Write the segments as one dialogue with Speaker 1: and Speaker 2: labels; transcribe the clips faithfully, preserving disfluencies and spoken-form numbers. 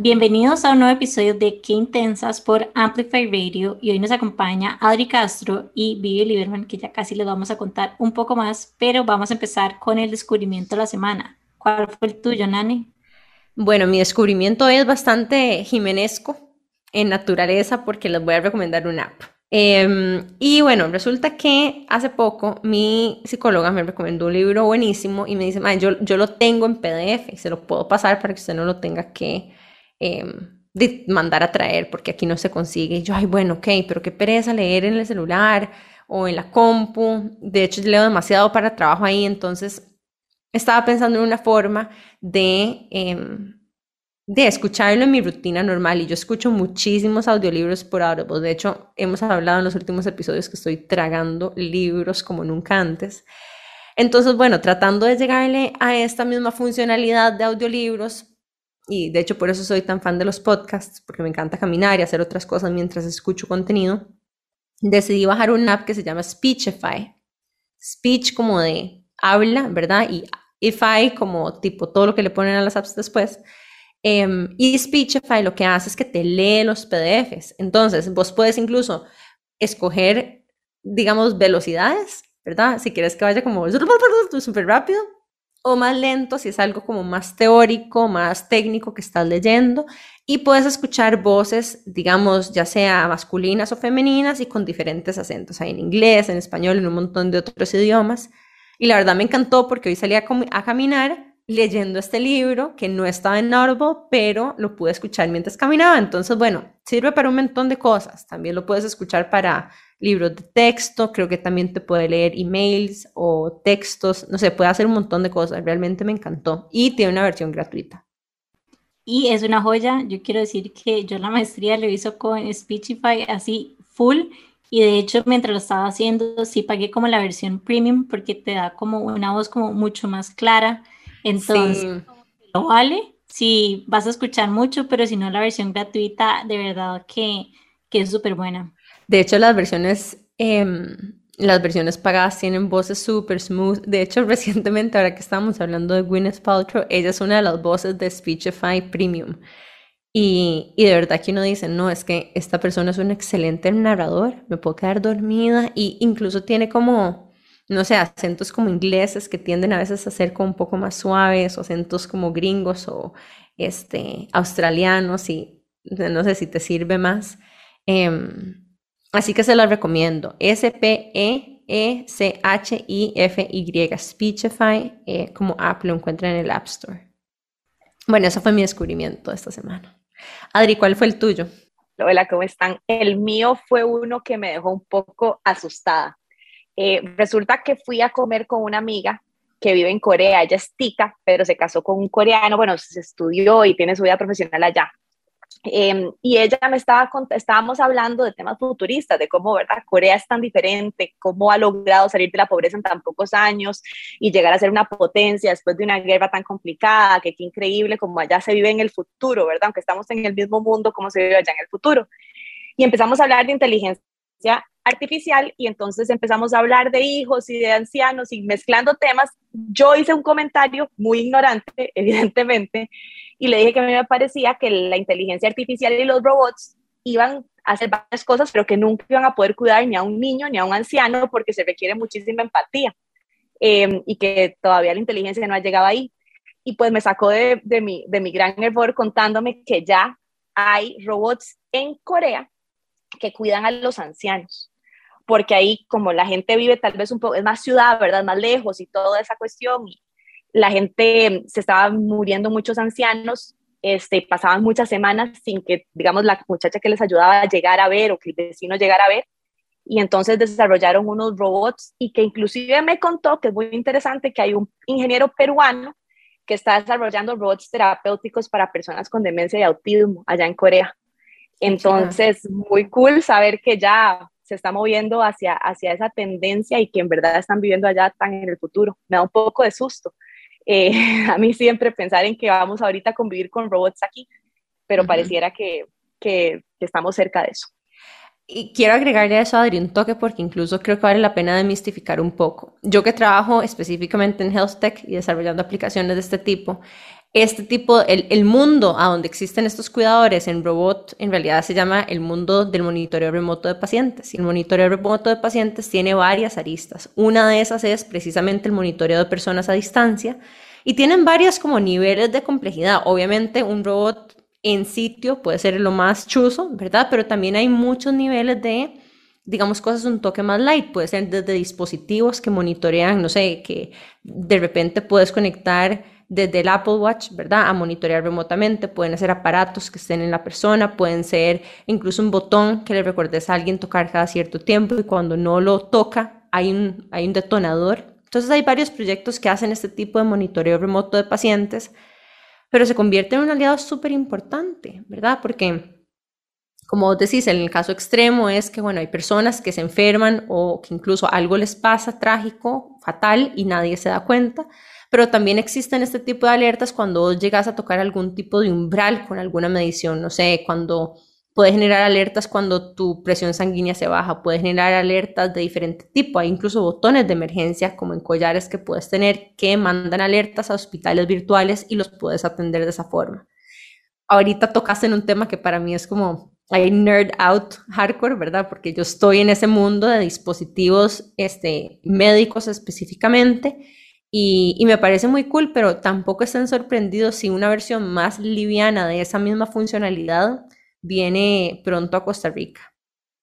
Speaker 1: Bienvenidos a un nuevo episodio de Qué Intensas por Amplify Radio y hoy nos acompaña Adri Castro y Vivi Lieberman, que ya casi les vamos a contar un poco más, pero vamos a empezar con el descubrimiento de la semana. ¿Cuál fue el tuyo, Nani?
Speaker 2: Bueno, mi descubrimiento es bastante jimenesco en naturaleza porque les voy a recomendar una app. Eh, y bueno, resulta que hace poco mi psicóloga me recomendó un libro buenísimo y me dice, "Mae, yo, yo lo tengo en P D F y se lo puedo pasar para que usted no lo tenga que eh, de- mandar a traer porque aquí no se consigue". Y yo, ay, bueno, ok, pero qué pereza leer en el celular o en la compu. De hecho, leo demasiado para trabajo ahí, entonces estaba pensando en una forma de, em, de escucharlo en mi rutina normal y yo escucho muchísimos audiolibros por Audible. De hecho, hemos hablado en los últimos episodios que estoy tragando libros como nunca antes. Entonces, bueno, tratando de llegarle a esta misma funcionalidad de audiolibros, y de hecho por eso soy tan fan de los podcasts, porque me encanta caminar y hacer otras cosas mientras escucho contenido, decidí bajar una app que se llama Speechify. Speech como de habla, ¿verdad? Y Ify como tipo todo lo que le ponen a las apps después. Um, y Speechify lo que hace es que te lee los P D Fs. Entonces, vos puedes incluso escoger, digamos, velocidades, ¿verdad? Si quieres que vaya como súper rápido o más lento, si es algo como más teórico, más técnico que estás leyendo. Y puedes escuchar voces, digamos, ya sea masculinas o femeninas y con diferentes acentos. Hay en inglés, en español, en un montón de otros idiomas. Y la verdad me encantó porque hoy salí a, a caminar leyendo este libro que no estaba en Audible, pero lo pude escuchar mientras caminaba. Entonces, bueno, sirve para un montón de cosas. También lo puedes escuchar para libros de texto, creo que también te puede leer emails o textos, no sé, puede hacer un montón de cosas. Realmente me encantó y tiene una versión gratuita.
Speaker 1: Y es una joya. Yo quiero decir que yo la maestría lo hizo con Speechify así full. Y de hecho, mientras lo estaba haciendo, sí pagué como la versión premium porque te da como una voz como mucho más clara. Entonces,
Speaker 2: Sí,
Speaker 1: lo vale si vas a escuchar mucho, pero si no, la versión gratuita de verdad que, que es súper buena.
Speaker 2: de hecho las versiones, eh, las versiones pagadas tienen voces súper smooth. De hecho, recientemente, ahora que estábamos hablando de Gwyneth Paltrow, ella es una de las voces de Speechify Premium. Y, y de verdad que uno dice, no, es que esta persona es un excelente narrador, me puedo quedar dormida y incluso tiene como, no sé, acentos como ingleses que tienden a veces a ser como un poco más suaves o acentos como gringos o este, australianos y no sé si te sirve más. Em, así que se los recomiendo. S P E E C H I F Y, Speechify, eh, como app lo encuentran en el App Store. Bueno, eso fue mi descubrimiento esta semana. Adri, ¿cuál fue el tuyo?
Speaker 3: Hola, ¿cómo están? El mío fue uno que me dejó un poco asustada. Eh, resulta que fui a comer con una amiga que vive en Corea, ella es tica, pero se casó con un coreano, bueno, se estudió y tiene su vida profesional allá. Eh, y ella me estaba, estábamos hablando de temas futuristas, de cómo, ¿verdad? Corea es tan diferente, cómo ha logrado salir de la pobreza en tan pocos años y llegar a ser una potencia después de una guerra tan complicada, que qué increíble como allá se vive en el futuro, ¿verdad? Aunque estamos en el mismo mundo, cómo se vive allá en el futuro. Y empezamos a hablar de inteligencia artificial y entonces empezamos a hablar de hijos y de ancianos y mezclando temas. Yo hice un comentario muy ignorante, evidentemente, y le dije que a mí me parecía que la inteligencia artificial y los robots iban a hacer varias cosas, pero que nunca iban a poder cuidar ni a un niño ni a un anciano porque se requiere muchísima empatía, eh, y que todavía la inteligencia no ha llegado ahí. Y pues me sacó de, de, mi, de mi gran error contándome que ya hay robots en Corea que cuidan a los ancianos, porque ahí como la gente vive tal vez un poco, es más ciudad, ¿verdad? Más lejos y toda esa cuestión, y la gente se estaba muriendo muchos ancianos, este, pasaban muchas semanas sin que, digamos, la muchacha que les ayudaba a llegar a ver o que el vecino llegara a ver, y entonces desarrollaron unos robots y que inclusive me contó, que es muy interesante, que hay un ingeniero peruano que está desarrollando robots terapéuticos para personas con demencia y autismo allá en Corea.
Speaker 2: Qué chiva.
Speaker 3: Entonces, muy cool saber que ya se está moviendo hacia, hacia esa tendencia y que en verdad están viviendo allá tan en el futuro. Me da un poco de susto. Eh, a mí siempre pensar en que vamos ahorita a convivir con robots aquí, pero
Speaker 2: Ujú.
Speaker 3: pareciera que, que, que estamos cerca de eso.
Speaker 2: Y quiero agregarle a eso, Adri, un toque porque incluso creo que vale la pena demistificar un poco. Yo que trabajo específicamente en Health Tech y desarrollando aplicaciones de este tipo, este tipo, el, el mundo a donde existen estos cuidadores en robot, en realidad se llama el mundo del monitoreo remoto de pacientes. Y el monitoreo remoto de pacientes tiene varias aristas. Una de esas es precisamente el monitoreo de personas a distancia y tienen varios como niveles de complejidad. Obviamente un robot en sitio puede ser lo más chuzo, ¿verdad? Pero también hay muchos niveles de, digamos, cosas un toque más light. Puede ser desde dispositivos que monitorean, no sé, que de repente puedes conectar desde el Apple Watch, ¿verdad?, a monitorear remotamente. Pueden ser aparatos que estén en la persona, pueden ser incluso un botón que le recuerdes a alguien tocar cada cierto tiempo y cuando no lo toca hay un, hay un detonador. Entonces hay varios proyectos que hacen este tipo de monitoreo remoto de pacientes, pero se convierte en un aliado súper importante, ¿verdad? Porque, como vos decís, en el caso extremo es que, bueno, hay personas que se enferman o que incluso algo les pasa trágico, fatal, y nadie se da cuenta. Pero también existen este tipo de alertas cuando vos llegas a tocar algún tipo de umbral con alguna medición, no sé, cuando puede generar alertas cuando tu presión sanguínea se baja, puede generar alertas de diferente tipo, hay incluso botones de emergencia como en collares que puedes tener que mandan alertas a hospitales virtuales y los puedes atender de esa forma. Ahorita tocaste en un tema que para mí es como, hay nerd out hardcore, ¿verdad? Porque yo estoy en ese mundo de dispositivos este, médicos específicamente. Y, y me parece muy cool, pero tampoco estén sorprendidos si una versión más liviana de esa misma funcionalidad viene pronto a Costa Rica.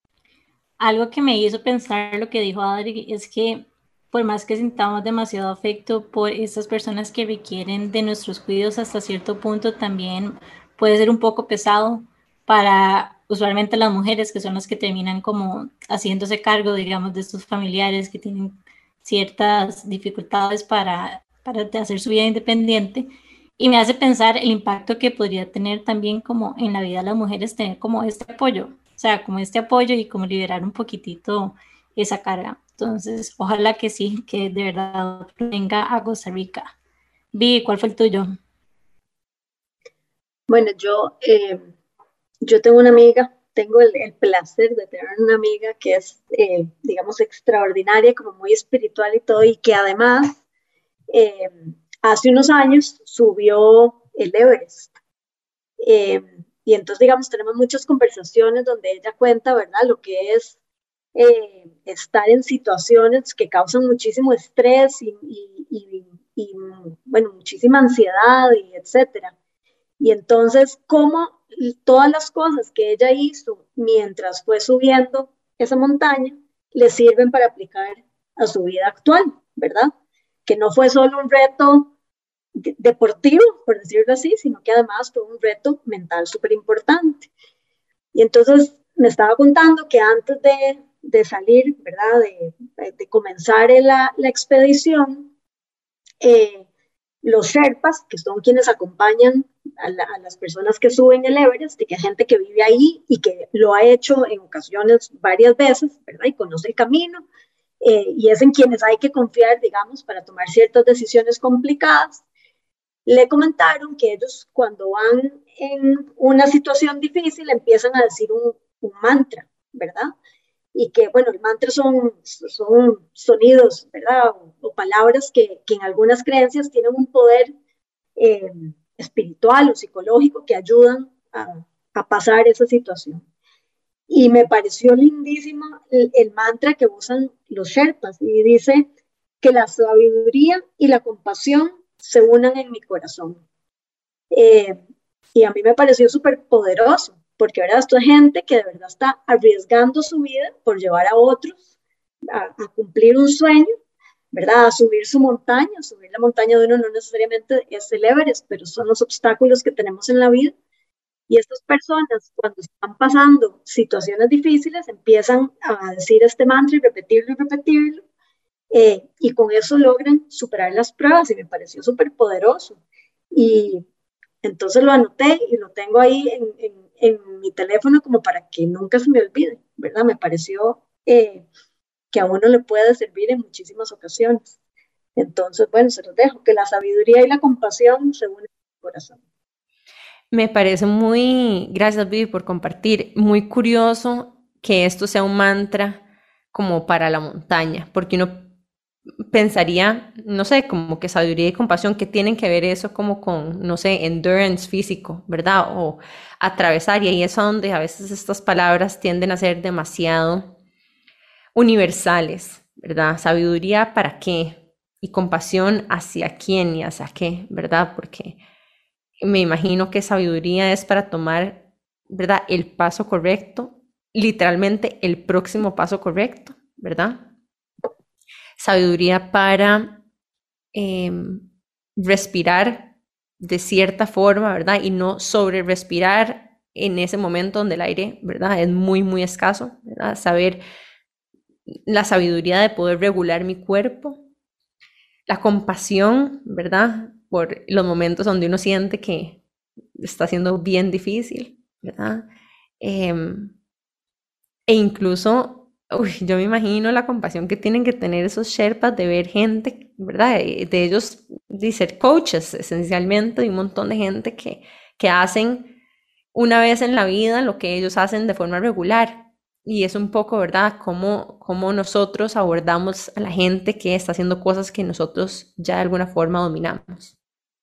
Speaker 1: Algo que me hizo pensar lo que dijo Adri es que por más que sintamos demasiado afecto por estas personas que requieren de nuestros cuidados hasta cierto punto, también puede ser un poco pesado para usualmente las mujeres que son las que terminan como haciéndose cargo, digamos, de estos familiares que tienen ciertas dificultades para, para hacer su vida independiente, y me hace pensar el impacto que podría tener también como en la vida de las mujeres tener como este apoyo, o sea, como este apoyo y como liberar un poquitito esa carga. Entonces, ojalá que sí, que de verdad venga a Costa Rica. Vi, ¿cuál fue el tuyo?
Speaker 4: Bueno, yo, eh, yo tengo una amiga, tengo el, el placer de tener una amiga que es, eh, digamos, extraordinaria, como muy espiritual y todo, y que además eh, hace unos años subió el Everest. Eh, y entonces, digamos, tenemos muchas conversaciones donde ella cuenta, ¿verdad?, lo que es eh, estar en situaciones que causan muchísimo estrés y, y, y, y bueno, muchísima ansiedad y etcétera. Y entonces, cómo todas las cosas que ella hizo mientras fue subiendo esa montaña le sirven para aplicar a su vida actual, ¿verdad? Que no fue solo un reto de deportivo, por decirlo así, sino que además fue un reto mental súper importante. Y entonces me estaba contando que antes de, de salir, ¿verdad? De, de comenzar la, la expedición, eh, los Sherpas, que son quienes acompañan a, la, a, las personas que suben el Everest, y que hay gente que vive ahí y que lo ha hecho en ocasiones varias veces, ¿verdad? Y conoce el camino, eh, y es en quienes hay que confiar, digamos, para tomar ciertas decisiones complicadas. Le comentaron que ellos cuando van en una situación difícil empiezan a decir un, un mantra, ¿verdad? Y que, bueno, el mantra son, son sonidos, ¿verdad? O, o palabras que, que en algunas creencias tienen un poder eh, espiritual o psicológico que ayudan a, a pasar esa situación. Y me pareció lindísimo el, el mantra que usan los Sherpas, y dice que la sabiduría y la compasión se unan en mi corazón. Eh, y a mí me pareció súper poderoso, porque ¿verdad? Esto es gente que de verdad está arriesgando su vida por llevar a otros a, a cumplir un sueño, ¿verdad? A subir su montaña. Subir la montaña de uno no necesariamente es el Everest, pero son los obstáculos que tenemos en la vida. Y estas personas, cuando están pasando situaciones difíciles, empiezan a decir este mantra y repetirlo y repetirlo, eh, y con eso logran superar las pruebas, y me pareció súper poderoso. Y entonces lo anoté y lo tengo ahí en, en, en, mi teléfono como para que nunca se me olvide, ¿verdad? Me pareció eh, que a uno le puede servir en muchísimas ocasiones. Entonces, bueno, se los dejo, que la sabiduría y la compasión se unen en el corazón.
Speaker 2: Me parece muy, gracias Vivi por compartir, muy curioso que esto sea un mantra como para la montaña, porque uno pensaría, no sé, como que sabiduría y compasión, que tienen que ver eso como con, no sé, endurance físico, ¿verdad? O atravesar, y ahí es donde a veces estas palabras tienden a ser demasiado universales, ¿verdad? Sabiduría para qué y compasión hacia quién y hacia qué, ¿verdad? Porque me imagino que sabiduría es para tomar, ¿verdad? El paso correcto, literalmente el próximo paso correcto, ¿verdad? Sabiduría para eh, respirar de cierta forma, ¿verdad? Y no sobre respirar en ese momento donde el aire, ¿verdad? Es muy, muy escaso, ¿verdad? Saber la sabiduría de poder regular mi cuerpo, la compasión, ¿verdad? Por los momentos donde uno siente que está siendo bien difícil, ¿verdad? Eh, e incluso, uy, yo me imagino la compasión que tienen que tener esos Sherpas de ver gente, ¿verdad? De, de ellos, de ser coaches esencialmente, y un montón de gente que, que hacen una vez en la vida lo que ellos hacen de forma regular. Y es un poco, ¿verdad?, cómo, cómo nosotros abordamos a la gente que está haciendo cosas que nosotros ya de alguna forma dominamos.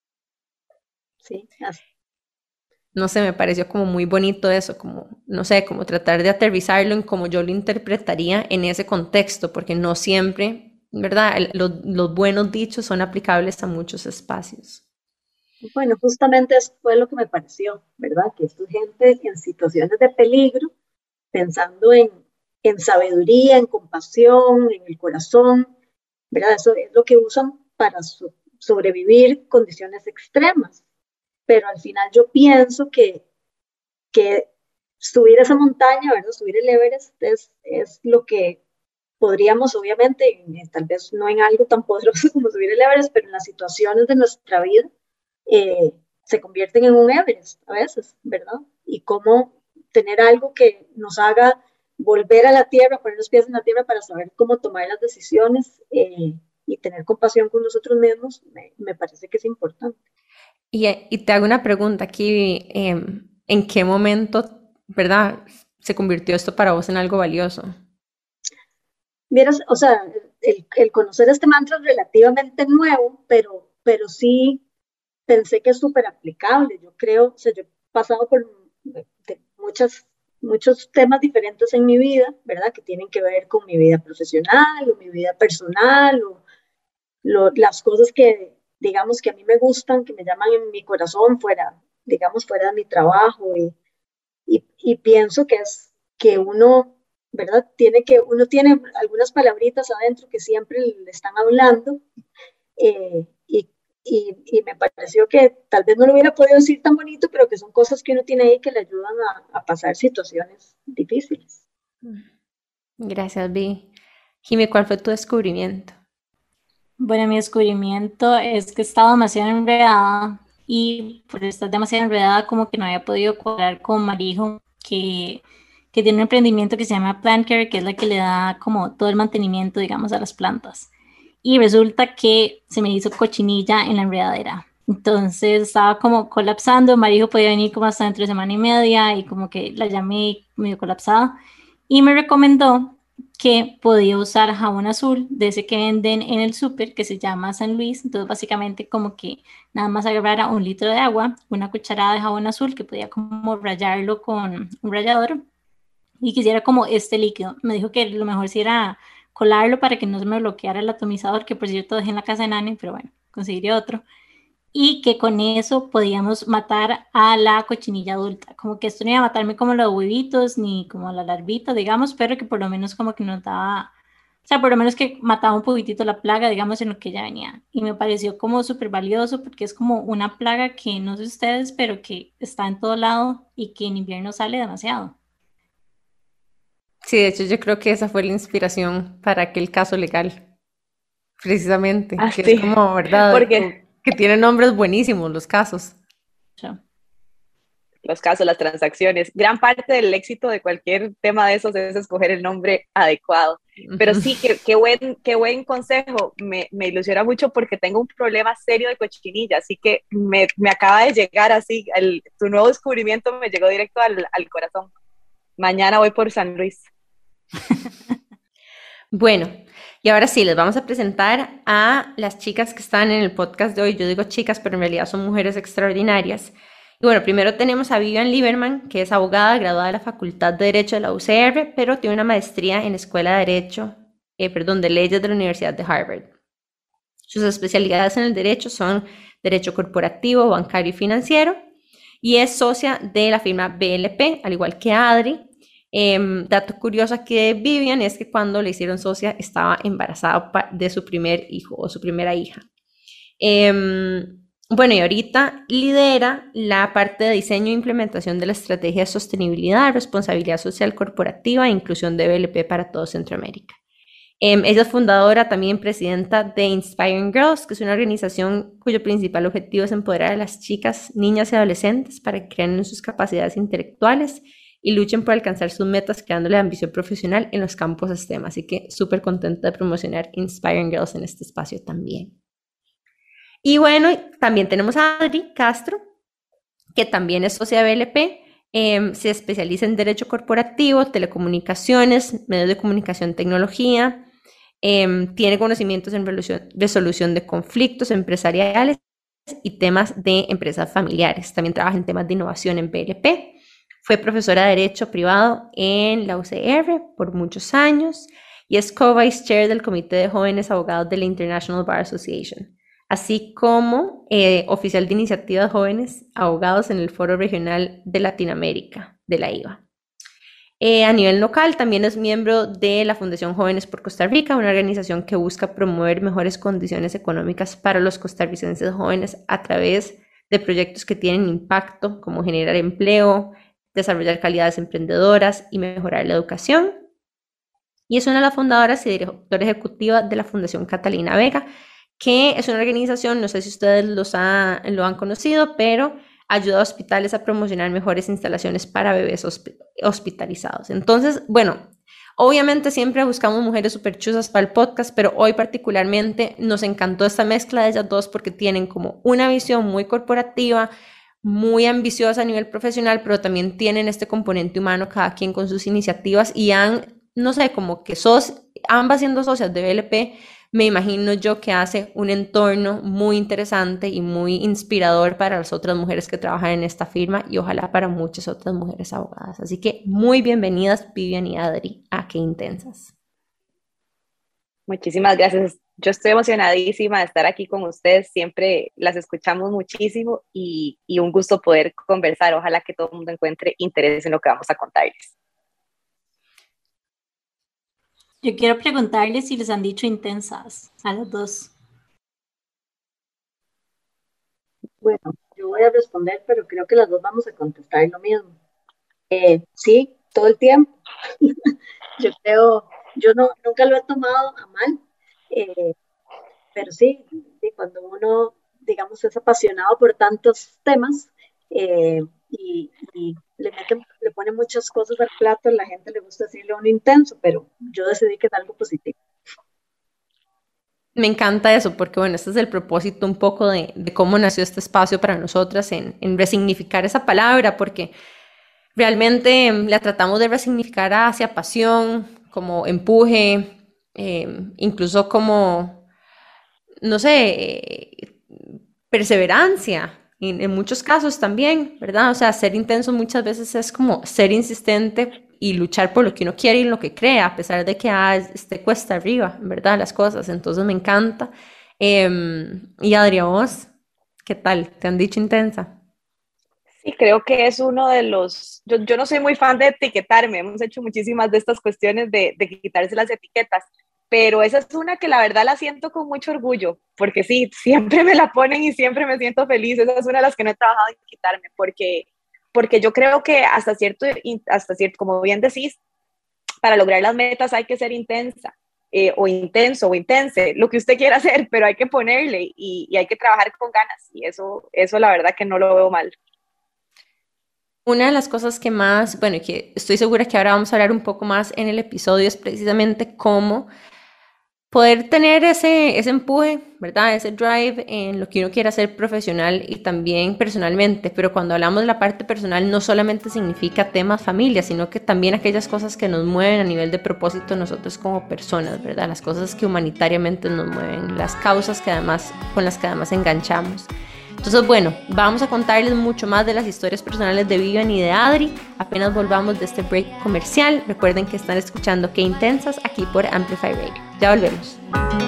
Speaker 4: Sí, así.
Speaker 2: No sé, me pareció como muy bonito eso, como, no sé, como tratar de aterrizarlo en cómo yo lo interpretaría en ese contexto, porque no siempre, ¿verdad?, El- los, los buenos dichos son aplicables a muchos espacios.
Speaker 4: Bueno, justamente eso fue lo que me pareció, ¿verdad? Que esta gente en situaciones de peligro, pensando en, en sabiduría, en compasión, en el corazón, ¿verdad? Eso es lo que usan para so- sobrevivir condiciones extremas. Pero al final yo pienso que, que subir esa montaña, ¿verdad? Subir el Everest es, es lo que podríamos, obviamente, en- tal vez no en algo tan poderoso como subir el Everest, pero en las situaciones de nuestra vida, eh, se convierten en un Everest a veces, ¿verdad? Y cómo tener algo que nos haga volver a la tierra, poner los pies en la tierra para saber cómo tomar las decisiones, eh, y tener compasión con nosotros mismos, me, me parece que es importante.
Speaker 2: Y, eh, y te hago una pregunta aquí, em, ¿en qué momento, verdad, se convirtió esto para vos en algo valioso?
Speaker 4: Vieras, o sea, el, el conocer este mantra es relativamente nuevo, pero, pero sí pensé que es súper aplicable. Yo creo, o sea, yo he pasado por de muchas, muchos temas diferentes en mi vida, ¿verdad? Que tienen que ver con mi vida profesional o mi vida personal o lo- las cosas que, digamos, que a mí me gustan, que me llaman en mi corazón, fuera, digamos, fuera de mi trabajo. Y, y, y pienso que es que uno, ¿verdad? Tiene que, uno tiene algunas palabritas adentro que siempre le están hablando, eh, y, y, y me pareció que tal vez no lo hubiera podido decir tan bonito, pero que son cosas que uno tiene ahí que le ayudan a, a pasar situaciones difíciles.
Speaker 2: Gracias, Vi. Jimmy, ¿cuál fue tu descubrimiento?
Speaker 1: Bueno, mi descubrimiento es que estaba demasiado enredada y por estar demasiado enredada como que no había podido cuadrar con Marijo, que, que tiene un emprendimiento que se llama Plant Care, que es la que le da como todo el mantenimiento, digamos, a las plantas. Y resulta que se me hizo cochinilla en la enredadera. Entonces estaba como colapsando, Marijo podía venir como hasta dentro de semana y media y como que la llamé medio colapsada y me recomendó que podía usar jabón azul de ese que venden en el súper que se llama San Luis. Entonces básicamente como que nada más agarrara un litro de agua, una cucharada de jabón azul que podía como rallarlo con un rallador y quisiera como este líquido. Me dijo que lo mejor sí era colarlo para que no se me bloqueara el atomizador, que por cierto dejé en la casa de Nani, pero bueno, conseguiría otro. Y que con eso podíamos matar a la cochinilla adulta. Como que esto no iba a matarme como los huevitos ni como la larvita, digamos, pero que por lo menos como que nos daba, o sea, por lo menos que mataba un poquitito la plaga, digamos, en lo que ya venía. Y me pareció como súper valioso porque es como una plaga que no sé ustedes, pero que está en todo lado y que en invierno sale demasiado.
Speaker 2: Sí, de hecho yo creo que esa fue la inspiración para aquel caso legal, precisamente, que es
Speaker 3: Así,
Speaker 2: como, ¿verdad?
Speaker 3: porque
Speaker 2: Como que tienen nombres buenísimos los casos.
Speaker 1: So,
Speaker 3: los casos, las transacciones, gran parte del éxito de cualquier tema de esos es escoger el nombre adecuado. Pero
Speaker 2: Ujú.
Speaker 3: sí, qué, qué buen, qué buen consejo, me, me ilusiona mucho porque tengo un problema serio de cochinilla, así que me, me acaba de llegar así, el, tu nuevo descubrimiento me llegó directo al, al corazón. Mañana voy por San Luis.
Speaker 2: Bueno, y ahora sí, les vamos a presentar a las chicas que están en el podcast de hoy. Yo digo chicas, pero en realidad son mujeres extraordinarias. Y bueno, primero tenemos a Vivian Lieberman, que es abogada graduada de la Facultad de Derecho de la U C R, pero tiene una maestría en la Escuela de Derecho, eh, perdón, de Leyes de la Universidad de Harvard. Sus especialidades en el derecho son Derecho Corporativo, Bancario y Financiero, y es socia de la firma B L P, al igual que Adri. Eh, dato curioso aquí de Vivian es que cuando le hicieron socia estaba embarazada de su primer hijo o su primera hija. Eh, bueno, y ahorita lidera la parte de diseño e implementación de la estrategia de sostenibilidad, responsabilidad social corporativa e inclusión de B L P para todo Centroamérica. Eh, ella es fundadora, también presidenta de Inspiring Girls, que es una organización cuyo principal objetivo es empoderar a las chicas, niñas y adolescentes para que crean en sus capacidades intelectuales y luchen por alcanzar sus metas, creándole ambición profesional en los campos STEM. Así que súper contenta de promocionar Inspiring Girls en este espacio también. Y bueno, también tenemos a Adri Castro, que también es socia de B L P, eh, se especializa en Derecho Corporativo, Telecomunicaciones, Medios de Comunicación, Tecnología, eh, tiene conocimientos en resolución de conflictos empresariales y temas de empresas familiares. También trabaja en temas de innovación en B L P. Fue profesora de Derecho Privado en la U C R por muchos años y es co-vice chair del Comité de Jóvenes Abogados de la International Bar Association, así como eh, oficial de Iniciativa de Jóvenes Abogados en el Foro Regional de Latinoamérica de la I V A. Eh, a nivel local también es miembro de la Fundación Jóvenes por Costa Rica, una organización que busca promover mejores condiciones económicas para los costarricenses jóvenes a través de proyectos que tienen impacto, como generar empleo, desarrollar calidades emprendedoras y mejorar la educación. Y es una de las fundadoras y directora ejecutiva de la Fundación Catalina Vega, que es una organización, no sé si ustedes los ha, lo han conocido, pero ayuda a hospitales a promocionar mejores instalaciones para bebés hospitalizados. Entonces, bueno, obviamente siempre buscamos mujeres súper chuzas para el podcast, pero hoy particularmente nos encantó esta mezcla de ellas dos porque tienen como una visión muy corporativa, muy ambiciosa a nivel profesional, pero también tienen este componente humano, cada quien con sus iniciativas, y han, no sé, como que sos, ambas siendo socias de B L P, me imagino yo que hace un entorno muy interesante y muy inspirador para las otras mujeres que trabajan en esta firma y ojalá para muchas otras mujeres abogadas. Así que muy bienvenidas Vivian y Adri a Qué Intensas.
Speaker 3: Muchísimas gracias. Yo estoy emocionadísima de estar aquí con ustedes. Siempre las escuchamos muchísimo y, y un gusto poder conversar. Ojalá que todo el mundo encuentre interés en lo que vamos a contarles.
Speaker 1: Yo quiero preguntarles si les han dicho intensas a los dos.
Speaker 4: Bueno, yo voy a responder, pero creo que las dos vamos a contestar lo mismo. Eh, sí, todo el tiempo. Yo creo, yo no, nunca lo he tomado a mal, eh, pero sí, sí, cuando uno, digamos, es apasionado por tantos temas eh, y, y le, mete, le pone muchas cosas al plato, a la gente le gusta decirle un intenso, pero yo decidí que es algo positivo.
Speaker 2: Me encanta eso porque, bueno, este es el propósito un poco de, de cómo nació este espacio para nosotras en, en resignificar esa palabra, porque realmente la tratamos de resignificar hacia pasión, como empuje, eh, incluso como, no sé, eh, perseverancia, en, en muchos casos también, ¿verdad? O sea, ser intenso muchas veces es como ser insistente y luchar por lo que uno quiere y lo que cree, a pesar de que ah, esté cuesta arriba, ¿verdad? Las cosas, entonces me encanta. Eh, y Adri, ¿vos qué tal? ¿Te han dicho intensa?
Speaker 3: Sí, creo que es uno de los, yo, yo no soy muy fan de etiquetarme, hemos hecho muchísimas de estas cuestiones de, de quitarse las etiquetas, pero esa es una que la verdad la siento con mucho orgullo, porque sí, siempre me la ponen y siempre me siento feliz, esa es una de las que no he trabajado en quitarme, porque, porque yo creo que hasta cierto, hasta cierto, como bien decís, para lograr las metas hay que ser intensa, eh, o intenso, o intense, lo que usted quiera hacer, pero hay que ponerle y, y hay que trabajar con ganas, y eso, eso la verdad que no lo veo mal.
Speaker 2: Una de las cosas que más, bueno, que estoy segura que ahora vamos a hablar un poco más en el episodio es precisamente cómo poder tener ese, ese empuje, ¿verdad? Ese drive en lo que uno quiere hacer profesional y también personalmente, pero cuando hablamos de la parte personal no solamente significa temas familia, sino que también aquellas cosas que nos mueven a nivel de propósito nosotros como personas, ¿verdad? Las cosas que humanitariamente nos mueven, las causas que además, con las que además enganchamos. Entonces, bueno, vamos a contarles mucho más de las historias personales de Vivian y de Adri apenas volvamos de este break comercial. Recuerden que están escuchando Qué Intensas aquí por Amplify Radio. Ya volvemos.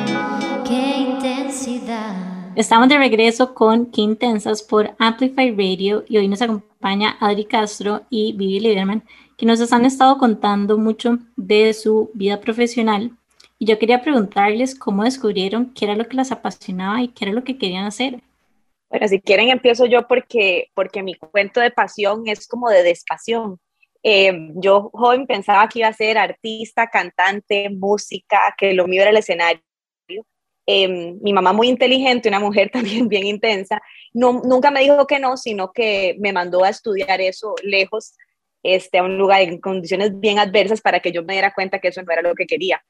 Speaker 1: Qué intensidad. Estamos de regreso con Qué Intensas por Amplify Radio y hoy nos acompaña Adri Castro y Vivi Lieberman, que nos han estado contando mucho de su vida profesional. Y yo quería preguntarles cómo descubrieron qué era lo que las apasionaba y qué era lo que querían hacer.
Speaker 3: Bueno, si quieren empiezo yo porque, porque mi cuento de pasión es como de despasión. Eh, yo joven pensaba que iba a ser artista, cantante, música, que lo mío era el escenario. Eh, mi mamá muy inteligente, una mujer también bien intensa, no, nunca me dijo que no, sino que me mandó a estudiar eso lejos, este, a un lugar en condiciones bien adversas para que yo me diera cuenta que eso no era lo que quería.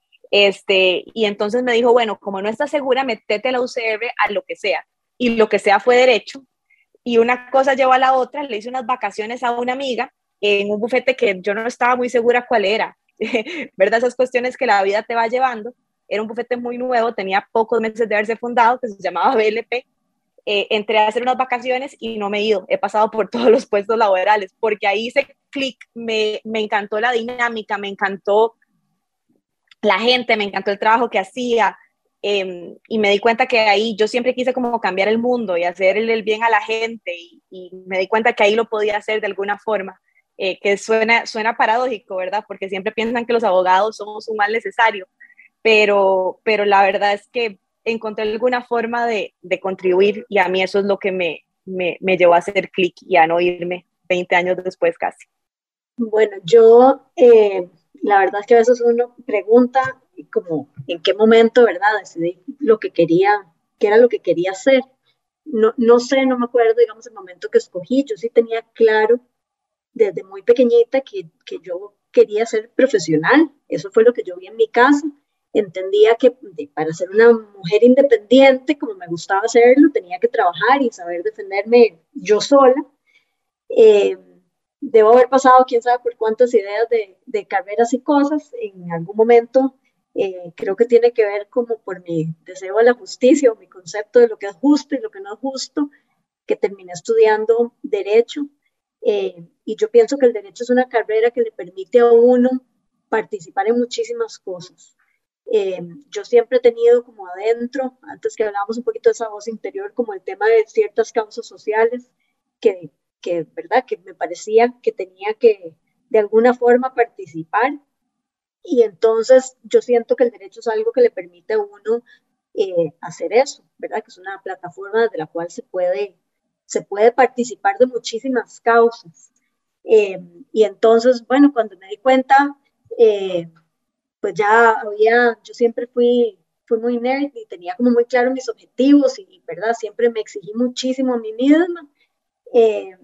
Speaker 3: Este, y entonces me dijo, bueno, como no estás segura, métete a la U C R a lo que sea. Y lo que sea fue derecho, y una cosa llevó a la otra. Le hice unas vacaciones a una amiga en un bufete que yo no estaba muy segura cuál era, ¿verdad? Esas cuestiones que la vida te va llevando. Era un bufete muy nuevo, tenía pocos meses de haberse fundado, que se llamaba B L P. Eh, entré a hacer unas vacaciones y no me he ido, he pasado por todos los puestos laborales, porque ahí hice clic, me, me encantó la dinámica, me encantó la gente, me encantó el trabajo que hacía. Eh, y me di cuenta que ahí yo siempre quise como cambiar el mundo y hacer el, el bien a la gente, y, y me di cuenta que ahí lo podía hacer de alguna forma, eh, que suena, suena paradójico, ¿verdad? Porque siempre piensan que los abogados somos un mal necesario, pero, pero la verdad es que encontré alguna forma de, de contribuir, y a mí eso es lo que me, me, me llevó a hacer clic y a no irme veinte años después casi.
Speaker 4: Bueno, yo, eh, la verdad es que a veces uno pregunta como en qué momento, ¿verdad? Decidí lo que quería, qué era lo que quería hacer. No, no sé, no me acuerdo, digamos, el momento que escogí. Yo sí tenía claro desde muy pequeñita que, que yo quería ser profesional. Eso fue lo que yo vi en mi casa. Entendía que de, para ser una mujer independiente, como me gustaba hacerlo, tenía que trabajar y saber defenderme yo sola. Eh, Debo haber pasado quién sabe por cuántas ideas de, de carreras y cosas en algún momento. Eh, creo que tiene que ver como por mi deseo de la justicia o mi concepto de lo que es justo y lo que no es justo, que terminé estudiando Derecho. Eh, y yo pienso que el Derecho es una carrera que le permite a uno participar en muchísimas cosas. Eh, yo siempre he tenido como adentro, antes que hablábamos un poquito de esa voz interior, como el tema de ciertas causas sociales que que, ¿verdad? Que me parecía que tenía que de alguna forma participar, y entonces yo siento que el derecho es algo que le permite a uno eh, hacer eso, ¿verdad? Que es una plataforma desde la cual se puede, se puede participar de muchísimas causas. Eh, y entonces, bueno, cuando me di cuenta, eh, pues ya había, yo siempre fui, fui muy nerd y tenía como muy claro mis objetivos y, ¿verdad? Siempre me exigí muchísimo a mí misma. Eh,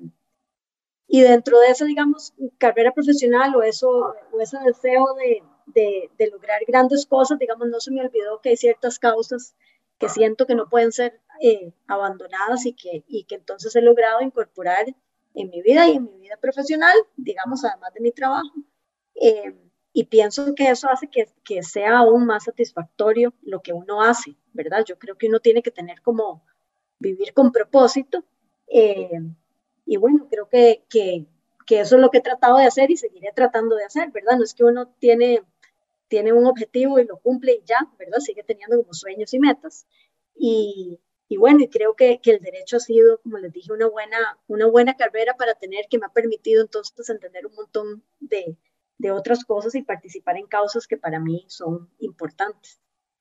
Speaker 4: y dentro de esa, digamos, carrera profesional o, eso, o ese deseo de, de, de lograr grandes cosas, digamos, no se me olvidó que hay ciertas causas que siento que no pueden ser eh, abandonadas y que, y que entonces he logrado incorporar en mi vida y en mi vida profesional, digamos, además de mi trabajo. Eh, y pienso que eso hace que, que sea aún más satisfactorio lo que uno hace, ¿verdad? Yo creo que uno tiene que tener como vivir con propósito. Eh, y bueno, creo que, que, que eso es lo que he tratado de hacer y seguiré tratando de hacer, ¿verdad? No es que uno tiene, tiene un objetivo y lo cumple y ya, ¿verdad? Sigue teniendo como sueños y metas. Y, y bueno, y creo que, que el derecho ha sido, como les dije, una buena, una buena carrera para tener, que me ha permitido entonces entender un montón de, de otras cosas y participar en causas que para mí son importantes.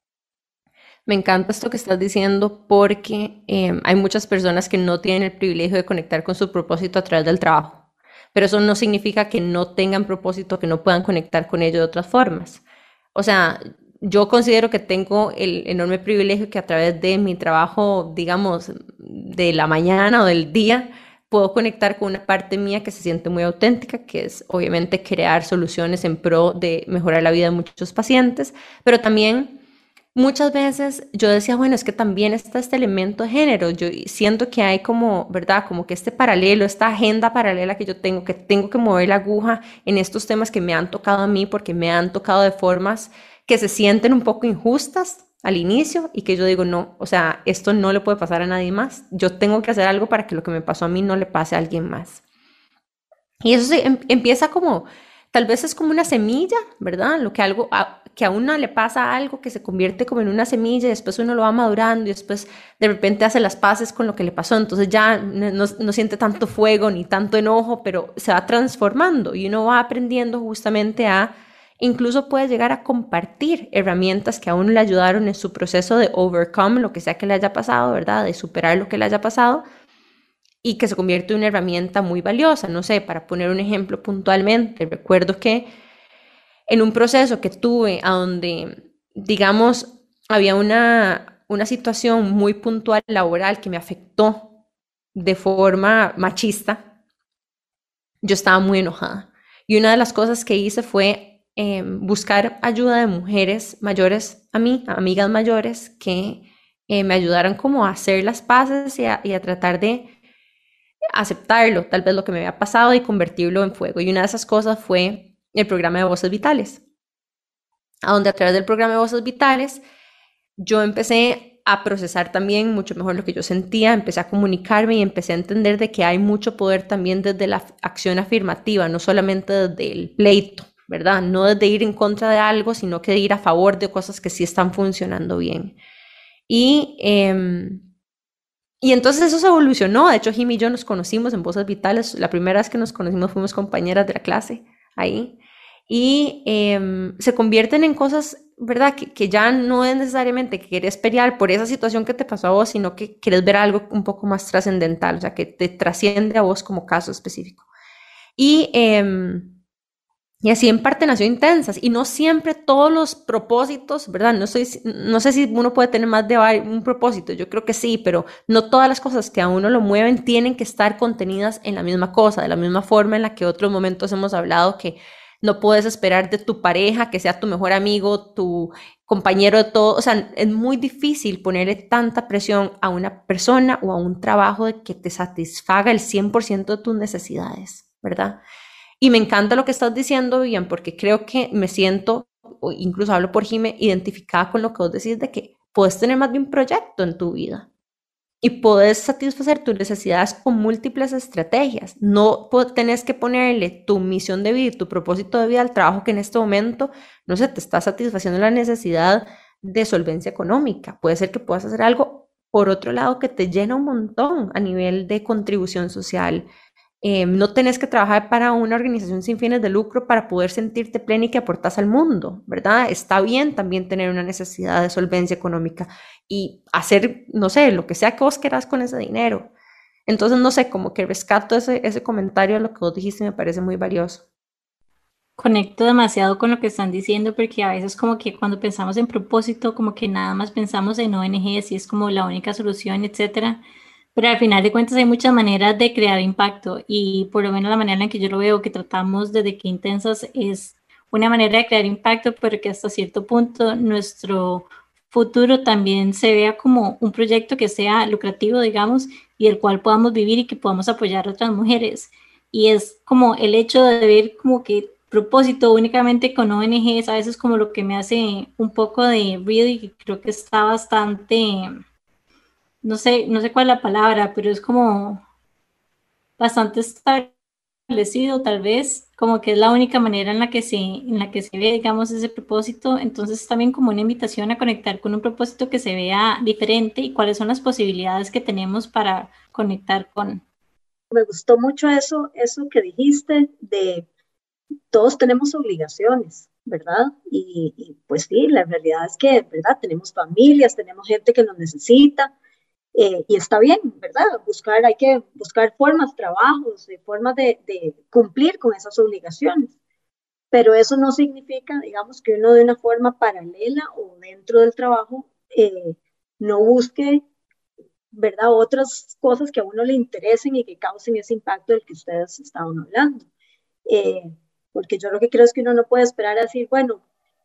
Speaker 2: Me encanta esto que estás diciendo porque eh, hay muchas personas que no tienen el privilegio de conectar con su propósito a través del trabajo, pero eso no significa que no tengan propósito, que no puedan conectar con ello de otras formas. O sea, yo considero que tengo el enorme privilegio que a través de mi trabajo, digamos, de la mañana o del día, puedo conectar con una parte mía que se siente muy auténtica, que es obviamente crear soluciones en pro de mejorar la vida de muchos pacientes, pero también muchas veces yo decía, bueno, es que también está este elemento de género. Yo siento que hay como, ¿verdad? Como que este paralelo, esta agenda paralela que yo tengo, que tengo que mover la aguja en estos temas que me han tocado a mí, porque me han tocado de formas que se sienten un poco injustas al inicio y que yo digo, no, o sea, esto no le puede pasar a nadie más. Yo tengo que hacer algo para que lo que me pasó a mí no le pase a alguien más. Y eso se, em, empieza como, tal vez es como una semilla, ¿verdad? Lo que algo, a, que a uno le pasa algo que se convierte como en una semilla y después uno lo va madurando y después de repente hace las paces con lo que le pasó. Entonces ya no, no, no siente tanto fuego ni tanto enojo, pero se va transformando y uno va aprendiendo justamente a, incluso puede llegar a compartir herramientas que a uno le ayudaron en su proceso de overcome, lo que sea que le haya pasado, ¿verdad? De superar lo que le haya pasado y que se convierte en una herramienta muy valiosa. No sé, para poner un ejemplo puntualmente, recuerdo que en un proceso que tuve a donde, digamos, había una, una situación muy puntual laboral que me afectó de forma machista, yo estaba muy enojada. Y una de las cosas que hice fue eh, buscar ayuda de mujeres mayores a mí, amigas mayores, que eh, me ayudaran como a hacer las paces y a, y a tratar de aceptarlo, tal vez lo que me había pasado y convertirlo en fuego. Y una de esas cosas fue el programa de Voces Vitales, a donde a través del programa de Voces Vitales yo empecé a procesar también mucho mejor lo que yo sentía, empecé a comunicarme y empecé a entender de que hay mucho poder también desde la acción afirmativa, no solamente desde el pleito, ¿verdad? No desde ir en contra de algo, sino que de ir a favor de cosas que sí están funcionando bien. Y... Eh, Y entonces eso se evolucionó. De hecho, Jimmy y yo nos conocimos en Voces Vitales. La primera vez que nos conocimos fuimos compañeras de la clase ahí. Y eh, se convierten en cosas, ¿verdad? Que, que ya no es necesariamente que querés pelear por esa situación que te pasó a vos, sino que querés ver algo un poco más trascendental, o sea, que te trasciende a vos como caso específico. Y... Eh, Y así en parte nació Intensas, y no siempre todos los propósitos, ¿verdad? No, soy, no sé si uno puede tener más de un propósito, yo creo que sí, pero no todas las cosas que a uno lo mueven tienen que estar contenidas en la misma cosa, de la misma forma en la que otros momentos hemos hablado que no puedes esperar de tu pareja que sea tu mejor amigo, tu compañero de todo, o sea, es muy difícil ponerle tanta presión a una persona o a un trabajo de que te satisfaga el cien por ciento de tus necesidades, ¿verdad? Y me encanta lo que estás diciendo, Vivian, porque creo que me siento, o incluso hablo por Jime, identificada con lo que vos decís de que puedes tener más de un proyecto en tu vida y puedes satisfacer tus necesidades con múltiples estrategias. No tenés que ponerle tu misión de vida y tu propósito de vida al trabajo que en este momento, no sé, te está satisfaciendo la necesidad de solvencia económica. Puede ser que puedas hacer algo por otro lado que te llena un montón a nivel de contribución social. Eh, no tenés que trabajar para una organización sin fines de lucro para poder sentirte plena y que aportas al mundo, ¿verdad? Está bien también tener una necesidad de solvencia económica y hacer, no sé, lo que sea que vos querás con ese dinero. Entonces, no sé, como que rescato ese, ese comentario a lo que vos dijiste, me parece muy valioso.
Speaker 1: Conecto demasiado con lo que están diciendo porque a veces como que cuando pensamos en propósito, como que nada más pensamos en O N Gs y es como la única solución, etcétera. Pero al final de cuentas hay muchas maneras de crear impacto y por lo menos la manera en la que yo lo veo que tratamos desde que Intensas es una manera de crear impacto, pero que hasta cierto punto nuestro futuro también se vea como un proyecto que sea lucrativo, digamos, y el cual podamos vivir y que podamos apoyar a otras mujeres. Y es como el hecho de ver como que propósito únicamente con O N Gs, a veces como lo que me hace un poco de ruido y que creo que está bastante, no sé, no sé cuál es la palabra, pero es como bastante establecido tal vez, como que es la única manera en la que se, en la que se ve, digamos, ese propósito. Entonces también como una invitación a conectar con un propósito que se vea diferente y cuáles son las posibilidades que tenemos para conectar con.
Speaker 4: Me gustó mucho eso, eso que dijiste de todos tenemos obligaciones, ¿verdad? Y, y, pues sí, la realidad es que, ¿verdad? Tenemos familias, tenemos gente que nos necesita eh, y está bien, ¿verdad? Buscar, hay que buscar formas, trabajos, de formas de, de cumplir con esas obligaciones. Pero eso no significa, digamos, que uno de una forma paralela o dentro del trabajo eh, no busque, ¿verdad? Otras cosas que a uno le interesen y que causen ese impacto del que ustedes estaban hablando. Eh, porque yo lo que creo es que uno no puede esperar a decir, bueno,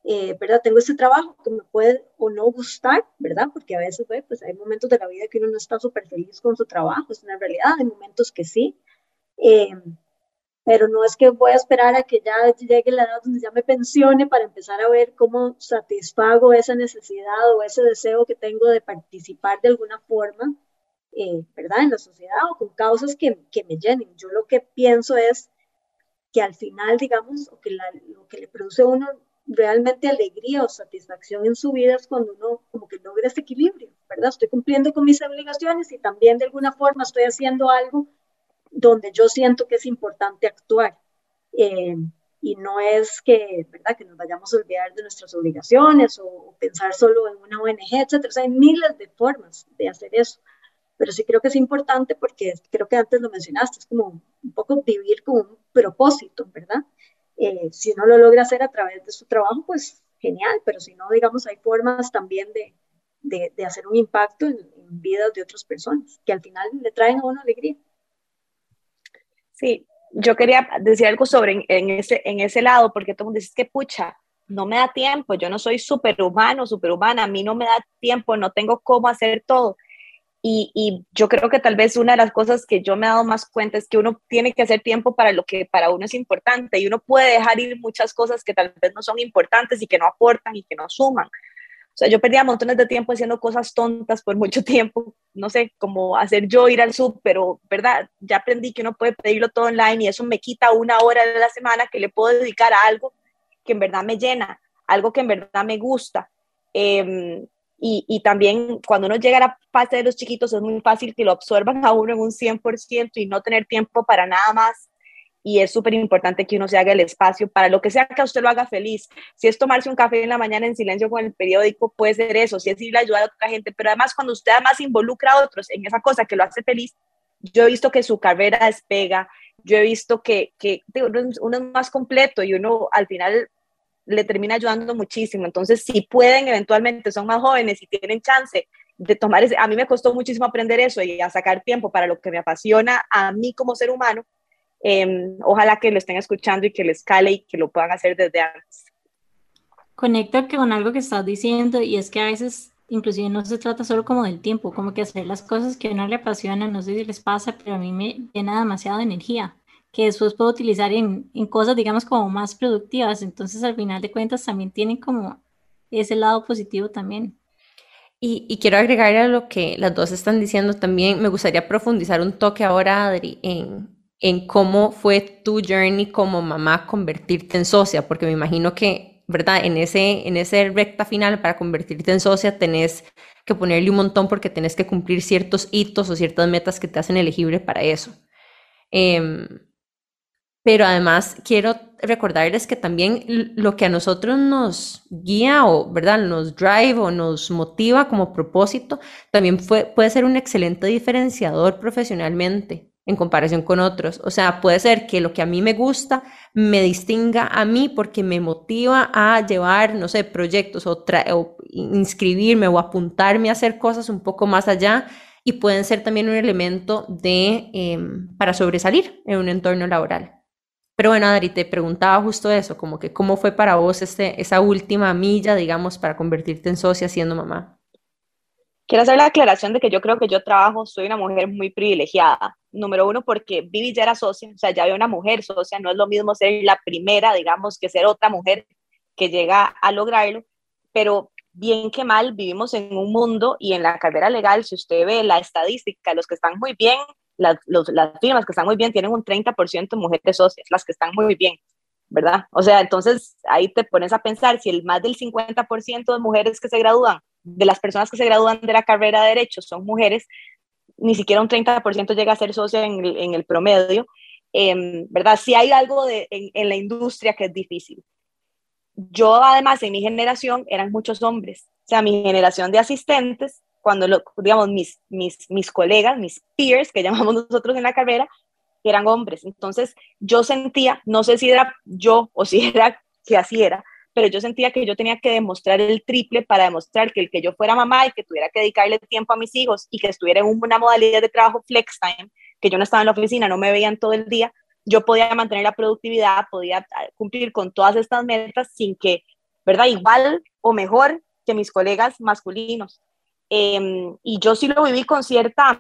Speaker 4: eh, ¿verdad? Tengo este trabajo que me puede o no gustar, ¿verdad? Porque a veces, pues hay momentos de la vida que uno no está súper feliz con su trabajo, es una realidad, hay momentos que sí, eh, pero no es que voy a esperar a que ya llegue la edad donde ya me pensione para empezar a ver cómo satisfago esa necesidad o ese deseo que tengo de participar de alguna forma, eh, ¿verdad? En la sociedad o con causas que, que me llenen. Yo lo que pienso es que al final, digamos, o que la, lo que le produce a uno realmente alegría o satisfacción en su vida es cuando uno como que logra ese equilibrio, ¿verdad? Estoy cumpliendo con mis obligaciones y también de alguna forma estoy haciendo algo donde yo siento que es importante actuar. Eh, y no es que, ¿verdad?, que nos vayamos a olvidar de nuestras obligaciones o, o pensar solo en una O N G, etcétera. O sea, hay miles de formas de hacer eso, pero sí creo que es importante porque creo que antes lo mencionaste, es como un poco vivir con un propósito, ¿verdad? Eh, si uno lo logra hacer a través de su trabajo, pues genial, pero si no, digamos, hay formas también de, de, de hacer un impacto en, en vidas de otras personas, que al final le traen a uno alegría.
Speaker 3: Sí, yo quería decir algo sobre en, en, ese, en ese lado, porque todo el mundo dice que pucha, no me da tiempo, yo no soy superhumano, superhumana, a mí no me da tiempo, no tengo cómo hacer todo. Y, y yo creo que tal vez una de las cosas que yo me he dado más cuenta es que uno tiene que hacer tiempo para lo que para uno es importante y uno puede dejar ir muchas cosas que tal vez no son importantes y que no aportan y que no suman. O sea, yo perdía montones de tiempo haciendo cosas tontas por mucho tiempo, no sé, como hacer yo ir al súper, pero, ¿verdad? Ya aprendí que uno puede pedirlo todo online y eso me quita una hora de la semana que le puedo dedicar a algo que en verdad me llena, algo que en verdad me gusta. Eh, y, y también cuando uno llega a la fase de los chiquitos es muy fácil que lo absorban a uno en un cien por ciento y no tener tiempo para nada más. Y es súper importante que uno se haga el espacio para lo que sea que a usted lo haga feliz. Si es tomarse un café en la mañana en silencio con el periódico, puede ser eso. Si es ir a ayudar a otra gente, pero además cuando usted además involucra a otros en esa cosa que lo hace feliz, yo he visto que su carrera despega, yo he visto que, que uno es más completo y uno al final le termina ayudando muchísimo. Entonces, si pueden, eventualmente son más jóvenes y tienen chance de tomar ese, a mí me costó muchísimo aprender eso y a sacar tiempo para lo que me apasiona a mí como ser humano. Eh, ojalá que lo estén escuchando y que les cale y que lo puedan hacer desde antes.
Speaker 1: Conecto con algo que estás diciendo y es que a veces inclusive no se trata solo como del tiempo, como que hacer las cosas que a uno le apasionan, no sé si les pasa, pero a mí me llena demasiado de energía que después puedo utilizar en, en cosas, digamos, como más productivas. Entonces, al final de cuentas, también tienen como ese lado positivo también.
Speaker 2: Y, y quiero agregar a lo que las dos están diciendo también, me gustaría profundizar un toque ahora, Adri, en, en cómo fue tu journey como mamá convertirte en socia, porque me imagino que, ¿verdad? En ese, en ese recta final para convertirte en socia tenés que ponerle un montón porque tenés que cumplir ciertos hitos o ciertas metas que te hacen elegible para eso. Eh, pero además quiero recordarles que también lo que a nosotros nos guía o, ¿verdad?, nos drive o nos motiva como propósito, también fue, puede ser un excelente diferenciador profesionalmente en comparación con otros. O sea, puede ser que lo que a mí me gusta me distinga a mí porque me motiva a llevar, no sé, proyectos o, o inscribirme o apuntarme a hacer cosas un poco más allá y pueden ser también un elemento de, eh, para sobresalir en un entorno laboral. Pero bueno, Adri, te preguntaba justo eso, como que cómo fue para vos este, esa última milla, digamos, para convertirte en socia siendo mamá.
Speaker 3: Quiero hacer la aclaración de que yo creo que yo trabajo, soy una mujer muy privilegiada. Número uno, porque Vivi ya era socia, o sea, ya había una mujer socia, no es lo mismo ser la primera, digamos, que ser otra mujer que llega a lograrlo, pero bien que mal vivimos en un mundo y en la carrera legal, si usted ve la estadística, los que están muy bien, las, los, las firmas que están muy bien tienen un treinta por ciento de mujeres socias, las que están muy bien, ¿verdad? O sea, entonces ahí te pones a pensar, si el más del cincuenta por ciento de mujeres que se gradúan, de las personas que se gradúan de la carrera de Derecho son mujeres, ni siquiera un treinta por ciento llega a ser socia en el, en el promedio, eh, ¿verdad? Sí hay algo de, en, en la industria que es difícil. Yo además en mi generación eran muchos hombres, o sea, mi generación de asistentes, cuando, lo, digamos, mis, mis, mis colegas, mis peers, que llamamos nosotros en la carrera, eran hombres. Entonces yo sentía, no sé si era yo o si era que así era, pero yo sentía que yo tenía que demostrar el triple para demostrar que el que yo fuera mamá y que tuviera que dedicarle tiempo a mis hijos y que estuviera en una modalidad de trabajo flex time, que yo no estaba en la oficina, no me veían todo el día, yo podía mantener la productividad, podía cumplir con todas estas metas sin que ¿verdad? Igual o mejor que mis colegas masculinos. Eh, y yo sí lo viví con cierta,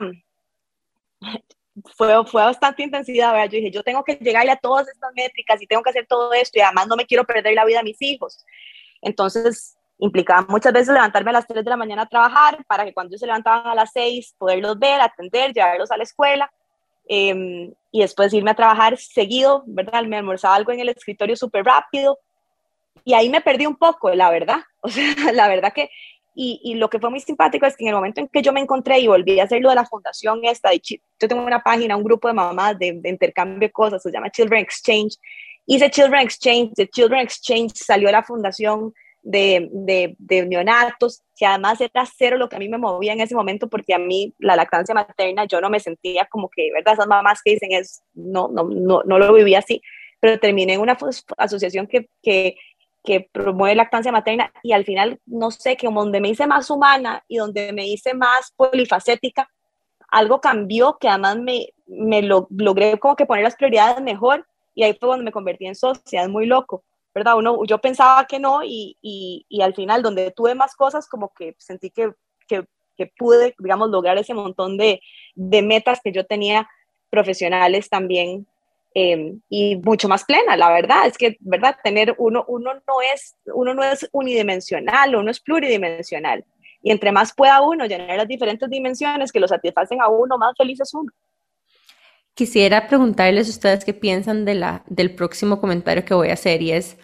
Speaker 3: fue, fue bastante intensidad, ¿verdad? Yo dije, yo tengo que llegarle a todas estas métricas y tengo que hacer todo esto y además no me quiero perder la vida de mis hijos. Entonces, implicaba muchas veces levantarme a las tres de la mañana a trabajar para que cuando ellos se levantaban a las seis poderlos ver, atender, llevarlos a la escuela eh, y después irme a trabajar seguido, ¿verdad? Me almorzaba algo en el escritorio súper rápido y ahí me perdí un poco, la verdad. O sea, la verdad que, y, y lo que fue muy simpático es que en el momento en que yo me encontré y volví a hacer lo de la fundación esta, de, yo tengo una página, un grupo de mamás de, de intercambio de cosas, se llama Children Exchange, hice Children Exchange, de Children Exchange salió la fundación de, de, de neonatos, que además era cero lo que a mí me movía en ese momento, porque a mí la lactancia materna, yo no me sentía como que, ¿verdad? Esas mamás que dicen es, no, no, no, no lo vivía así, pero terminé en una asociación que, que, que promueve lactancia materna y al final, no sé, que donde me hice más humana y donde me hice más polifacética, algo cambió que además me, me lo, logré como que poner las prioridades mejor y ahí fue donde me convertí en socia, es muy loco, ¿verdad? Uno, yo pensaba que no y, y, y al final donde tuve más cosas como que sentí que, que, que pude, digamos, lograr ese montón de, de metas que yo tenía profesionales también eh, y mucho más plena, la verdad, es que, ¿verdad? Tener uno, uno, no es, uno no es unidimensional, uno es pluridimensional. Y entre más pueda uno llenar las diferentes dimensiones que lo satisfacen a uno, más feliz es uno.
Speaker 2: Quisiera preguntarles a ustedes qué piensan de la, del próximo comentario que voy a hacer y es,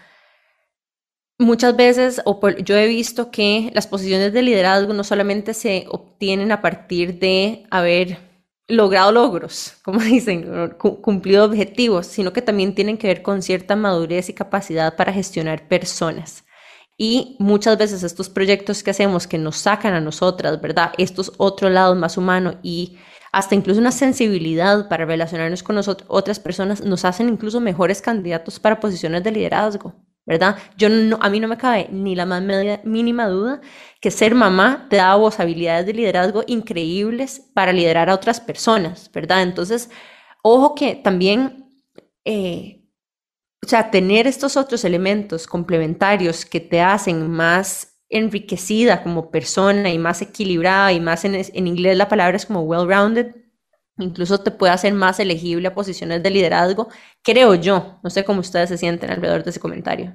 Speaker 2: muchas veces o por, yo he visto que las posiciones de liderazgo no solamente se obtienen a partir de haber logrado logros, como dicen, cumplido objetivos, sino que también tienen que ver con cierta madurez y capacidad para gestionar personas. Y muchas veces estos proyectos que hacemos que nos sacan a nosotras, ¿verdad? Estos otros lados más humanos y hasta incluso una sensibilidad para relacionarnos con nosotros, otras personas, nos hacen incluso mejores candidatos para posiciones de liderazgo, ¿verdad? Yo no, a mí no me cabe ni la más media, mínima duda que ser mamá te da vos habilidades de liderazgo increíbles para liderar a otras personas, ¿verdad? Entonces, ojo que también... Eh, O sea, tener estos otros elementos complementarios que te hacen más enriquecida como persona y más equilibrada y más en, en inglés la palabra es como well-rounded, incluso te puede hacer más elegible a posiciones de liderazgo, creo yo. No sé cómo ustedes se sienten alrededor de ese comentario.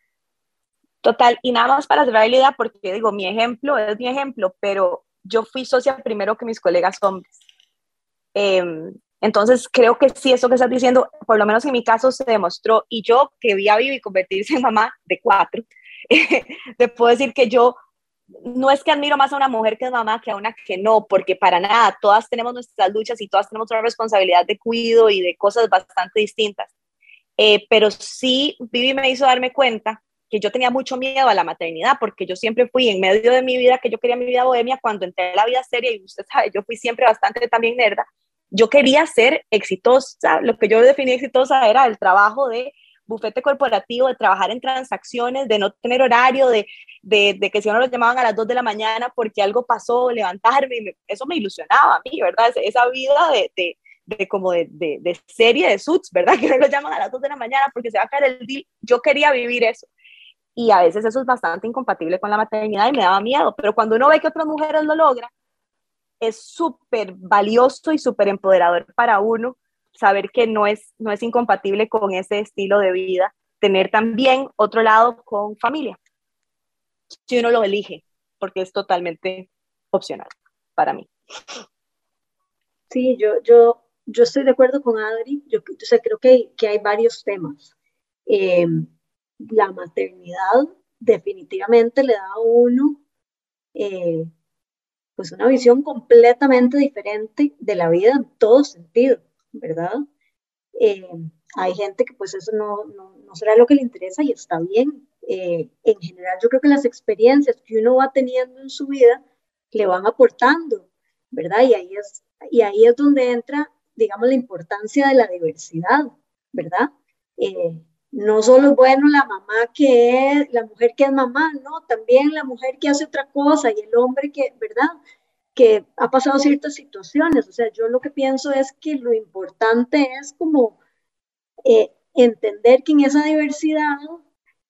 Speaker 3: Total, y nada más para cerrar la idea, porque digo, mi ejemplo es mi ejemplo, pero yo fui socia primero que mis colegas hombres. Eh, Entonces, creo que sí, eso que estás diciendo, por lo menos en mi caso se demostró, y yo que vi a Vivi convertirse en mamá de cuatro, eh, te puedo decir que yo no es que admiro más a una mujer que es mamá que a una que no, porque para nada, todas tenemos nuestras luchas y todas tenemos una responsabilidad de cuidado y de cosas bastante distintas. Eh, pero sí, Vivi me hizo darme cuenta que yo tenía mucho miedo a la maternidad, porque yo siempre fui en medio de mi vida, que yo quería mi vida bohemia, cuando entré en la vida seria, y usted sabe, yo fui siempre bastante también nerda, yo quería ser exitosa, lo que yo definí exitosa era el trabajo de bufete corporativo, de trabajar en transacciones, de no tener horario, de, de, de que si uno lo llamaban a las dos de la mañana porque algo pasó, levantarme, me, eso me ilusionaba a mí, ¿verdad? Esa vida de, de, de como de, de, de serie de Suits, ¿verdad? Que no lo llaman a las dos de la mañana porque se va a caer el deal, yo quería vivir eso. Y a veces eso es bastante incompatible con la maternidad y me daba miedo, pero cuando uno ve que otras mujeres lo logran, es súper valioso y súper empoderador para uno saber que no es, no es incompatible con ese estilo de vida, tener también otro lado con familia, si uno lo elige, porque es totalmente opcional para mí.
Speaker 4: Sí, yo, yo, yo estoy de acuerdo con Adri, yo, o sea, creo que, que hay varios temas. Eh, la maternidad definitivamente le da a uno eh, pues una visión completamente diferente de la vida en todo sentido, ¿verdad? Eh, Hay gente que pues eso no, no, no será lo que le interesa y está bien. Eh, en general yo creo que las experiencias que uno va teniendo en su vida le van aportando, ¿verdad? Y ahí es, y ahí es donde entra, digamos, la importancia de la diversidad, ¿verdad? Eh, no solo es bueno la mamá que es, la mujer que es mamá, no, también la mujer que hace otra cosa y el hombre que, ¿verdad? Que ha pasado ciertas situaciones. O sea, yo lo que pienso es que lo importante es como eh, entender que en esa diversidad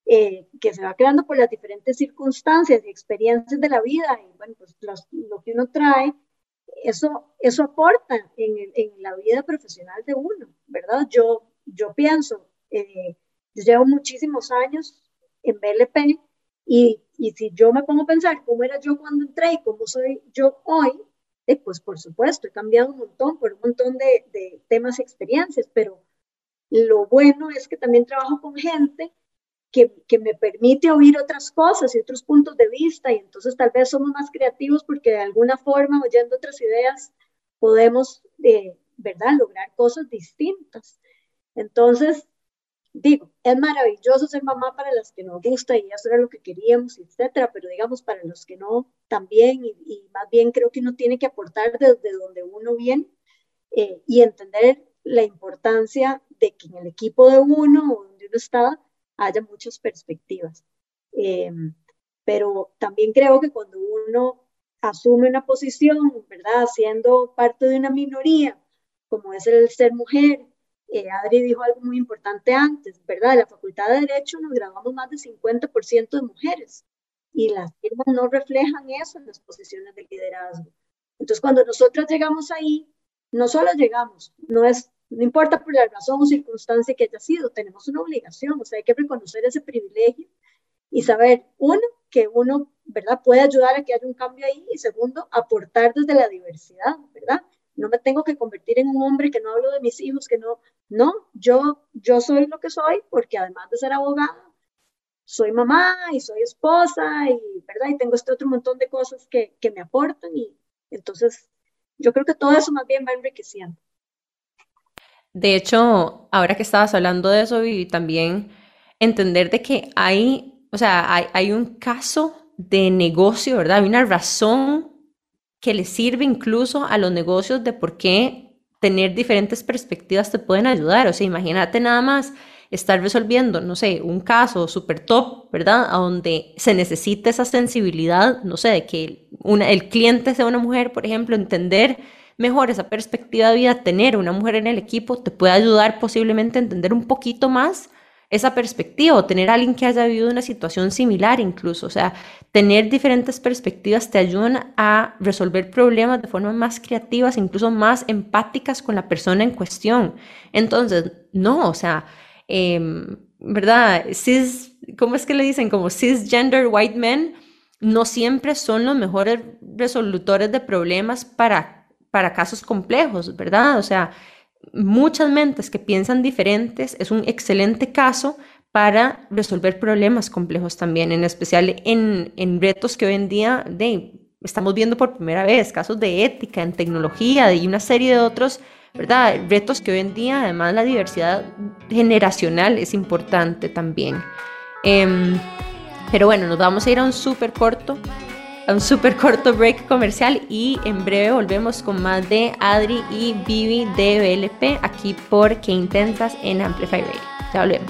Speaker 4: eh, que se va creando por las diferentes circunstancias y experiencias de la vida, y bueno, pues los, lo que uno trae, eso, eso aporta en, el, en la vida profesional de uno, ¿verdad? Yo, yo pienso, eh, yo llevo muchísimos años en B L P y, y si yo me pongo a pensar cómo era yo cuando entré y cómo soy yo hoy, eh, pues por supuesto, he cambiado un montón por un montón de, de temas y experiencias, pero lo bueno es que también trabajo con gente que, que me permite oír otras cosas y otros puntos de vista, y entonces tal vez somos más creativos porque de alguna forma, oyendo otras ideas, podemos, eh, ¿verdad?, lograr cosas distintas. Entonces, digo, es maravilloso ser mamá para las que nos gusta y eso era lo que queríamos, etcétera, pero digamos para los que no, también, y, y más bien creo que uno tiene que aportar desde donde uno viene, eh, y entender la importancia de que en el equipo de uno o donde uno está haya muchas perspectivas. Eh, pero también creo que cuando uno asume una posición, ¿verdad?, siendo parte de una minoría, como es el ser mujer, eh, Adri dijo algo muy importante antes, ¿verdad? En la Facultad de Derecho nos graduamos más del cincuenta por ciento de mujeres y las firmas no reflejan eso en las posiciones de liderazgo. Entonces, cuando nosotras llegamos ahí, no solo llegamos, no es, no importa por la razón o circunstancia que haya sido, tenemos una obligación, o sea, hay que reconocer ese privilegio y saber, uno, que uno, ¿verdad?, puede ayudar a que haya un cambio ahí, y segundo, aportar desde la diversidad, ¿verdad? No me tengo que convertir en un hombre que no hablo de mis hijos, que no, no, yo, yo soy lo que soy porque además de ser abogada, soy mamá y soy esposa y, ¿verdad?, y tengo este otro montón de cosas que, que me aportan, y entonces yo creo que todo eso más bien va enriqueciendo.
Speaker 2: De hecho, ahora que estabas hablando de eso, y también entender de que hay, o sea, hay, hay un caso de negocio, ¿verdad? Hay una razón que le sirve incluso a los negocios de por qué tener diferentes perspectivas te pueden ayudar. O sea, imagínate nada más estar resolviendo, no sé, un caso súper top, ¿verdad? A donde se necesita esa sensibilidad, no sé, de que una, el cliente sea una mujer, por ejemplo, entender mejor esa perspectiva de vida, tener una mujer en el equipo te puede ayudar posiblemente a entender un poquito más esa perspectiva, o tener a alguien que haya vivido una situación similar incluso. O sea, tener diferentes perspectivas te ayudan a resolver problemas de forma más creativas, incluso más empáticas con la persona en cuestión. Entonces, no, o sea, eh, ¿verdad? Cis, ¿cómo es que le dicen? Como cisgender white men no siempre son los mejores resolutores de problemas para, para casos complejos, ¿verdad? O sea, muchas mentes que piensan diferentes es un excelente caso para resolver problemas complejos también, en especial en, en retos que hoy en día de, estamos viendo por primera vez, casos de ética, en tecnología y una serie de otros, ¿verdad? Retos que hoy en día, además, la diversidad generacional es importante también. Eh, pero bueno, nos vamos a ir a un súper corto a un súper corto break comercial y en breve volvemos con más de Adri y Vivi de B L P aquí por Qué Intensas en Amplify Radio. Ya volvemos.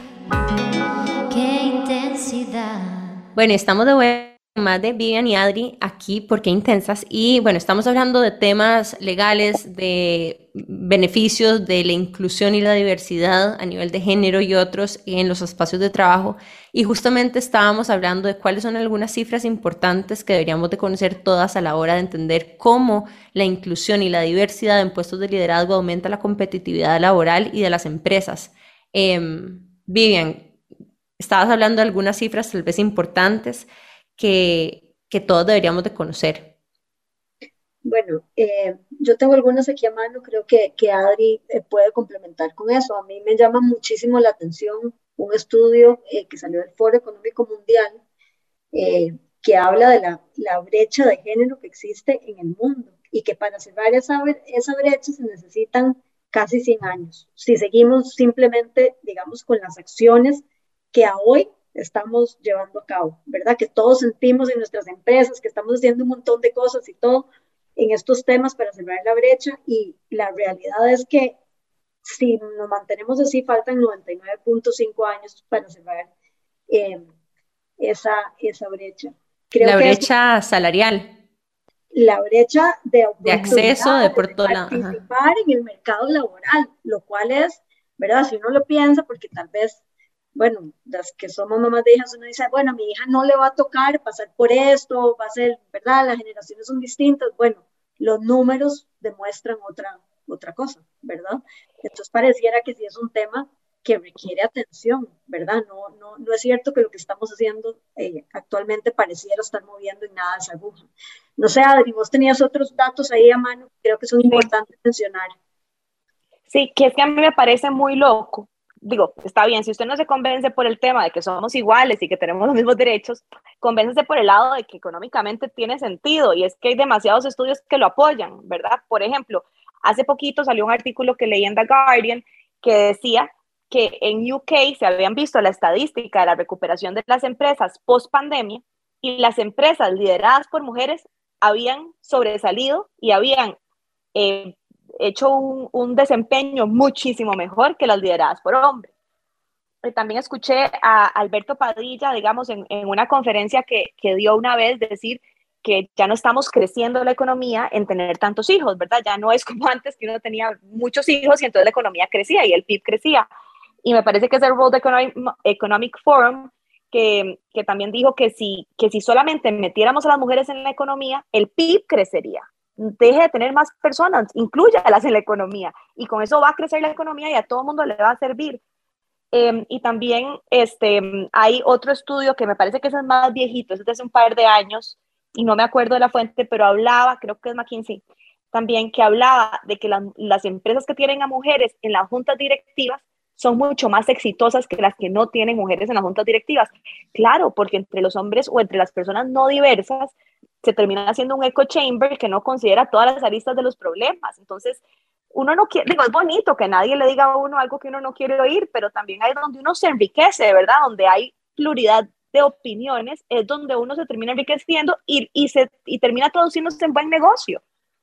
Speaker 2: Qué intensidad. Bueno, estamos de vuelta con más de Vivian y Adri aquí por Qué Intensas, y bueno, estamos hablando de temas legales, de beneficios de la inclusión y la diversidad a nivel de género y otros en los espacios de trabajo, y justamente estábamos hablando de cuáles son algunas cifras importantes que deberíamos de conocer todas a la hora de entender cómo la inclusión y la diversidad en puestos de liderazgo aumenta la competitividad laboral y de las empresas. Eh, Vivian, estabas hablando de algunas cifras tal vez importantes que, que todos deberíamos de conocer.
Speaker 4: Bueno, eh, yo tengo algunas aquí a mano, creo que, que Adri eh, puede complementar con eso. A mí me llama muchísimo la atención un estudio eh, que salió del Foro Económico Mundial, eh, que habla de la, la brecha de género que existe en el mundo, y que para cerrar esa, esa brecha se necesitan casi cien años. Si seguimos simplemente, digamos, con las acciones que a hoy estamos llevando a cabo, ¿verdad? Que todos sentimos en nuestras empresas, que estamos haciendo un montón de cosas y todo en estos temas para cerrar la brecha, y la realidad es que si nos mantenemos así, faltan noventa y nueve punto cinco años para cerrar eh, esa, esa brecha. Creo
Speaker 2: la
Speaker 4: que
Speaker 2: brecha es salarial.
Speaker 4: La brecha de,
Speaker 2: de acceso, de por todo lado.
Speaker 4: De participar en el mercado laboral, lo cual es, ¿verdad? Si uno lo piensa, porque tal vez bueno, las que somos mamás de hijas, uno dice, bueno, a mi hija no le va a tocar pasar por esto, va a ser, ¿verdad? Las generaciones son distintas. Bueno, los números demuestran otra, otra cosa, ¿verdad? Entonces pareciera que sí es un tema que requiere atención, ¿verdad? No, no, no es cierto que lo que estamos haciendo eh, actualmente pareciera estar moviendo en nada esa aguja. No sé, Adri, vos tenías otros datos ahí a mano, creo que son
Speaker 3: Sí,
Speaker 4: importantes mencionar.
Speaker 3: sí, que es que a mí me parece muy loco. Digo, está bien, si usted no se convence por el tema de que somos iguales y que tenemos los mismos derechos, convéncese por el lado de que económicamente tiene sentido y es que hay demasiados estudios que lo apoyan, ¿verdad? Por ejemplo, hace poquito salió un artículo que leí en The Guardian que decía que en U K se habían visto la estadística de la recuperación de las empresas post pandemia y las empresas lideradas por mujeres habían sobresalido y habían eh, hecho un, un, desempeño muchísimo mejor que las lideradas por hombres. También escuché a Alberto Padilla, digamos, en, en una conferencia que, que dio una vez decir que ya no estamos creciendo la economía en tener tantos hijos, ¿verdad? Ya no es como antes que uno tenía muchos hijos y entonces la economía crecía y el P I B crecía. Y me parece que es el World Economic, Economic Forum que, que también dijo que si, que si solamente metiéramos a las mujeres en la economía, el P I B crecería. Deje de tener más personas, inclúyalas en la economía y con eso va a crecer la economía y a todo el mundo le va a servir. Eh, y también este, hay otro estudio que me parece que es más viejito, es de hace un par de años y no me acuerdo de la fuente, pero hablaba, creo que es McKinsey, también que hablaba de que la, las empresas que tienen a mujeres en las juntas directivas son mucho más exitosas que las que no tienen mujeres en las juntas directivas. Claro, porque entre los hombres o entre las personas no diversas se termina haciendo un echo chamber que no considera todas las aristas de los problemas. Entonces, uno no quiere, digo, es bonito que nadie le diga a uno algo que uno no quiere oír, pero también hay donde uno se enriquece, ¿verdad? Donde hay pluralidad de opiniones, es donde uno se termina enriqueciendo y, y, se, y termina traduciéndose en buen negocio.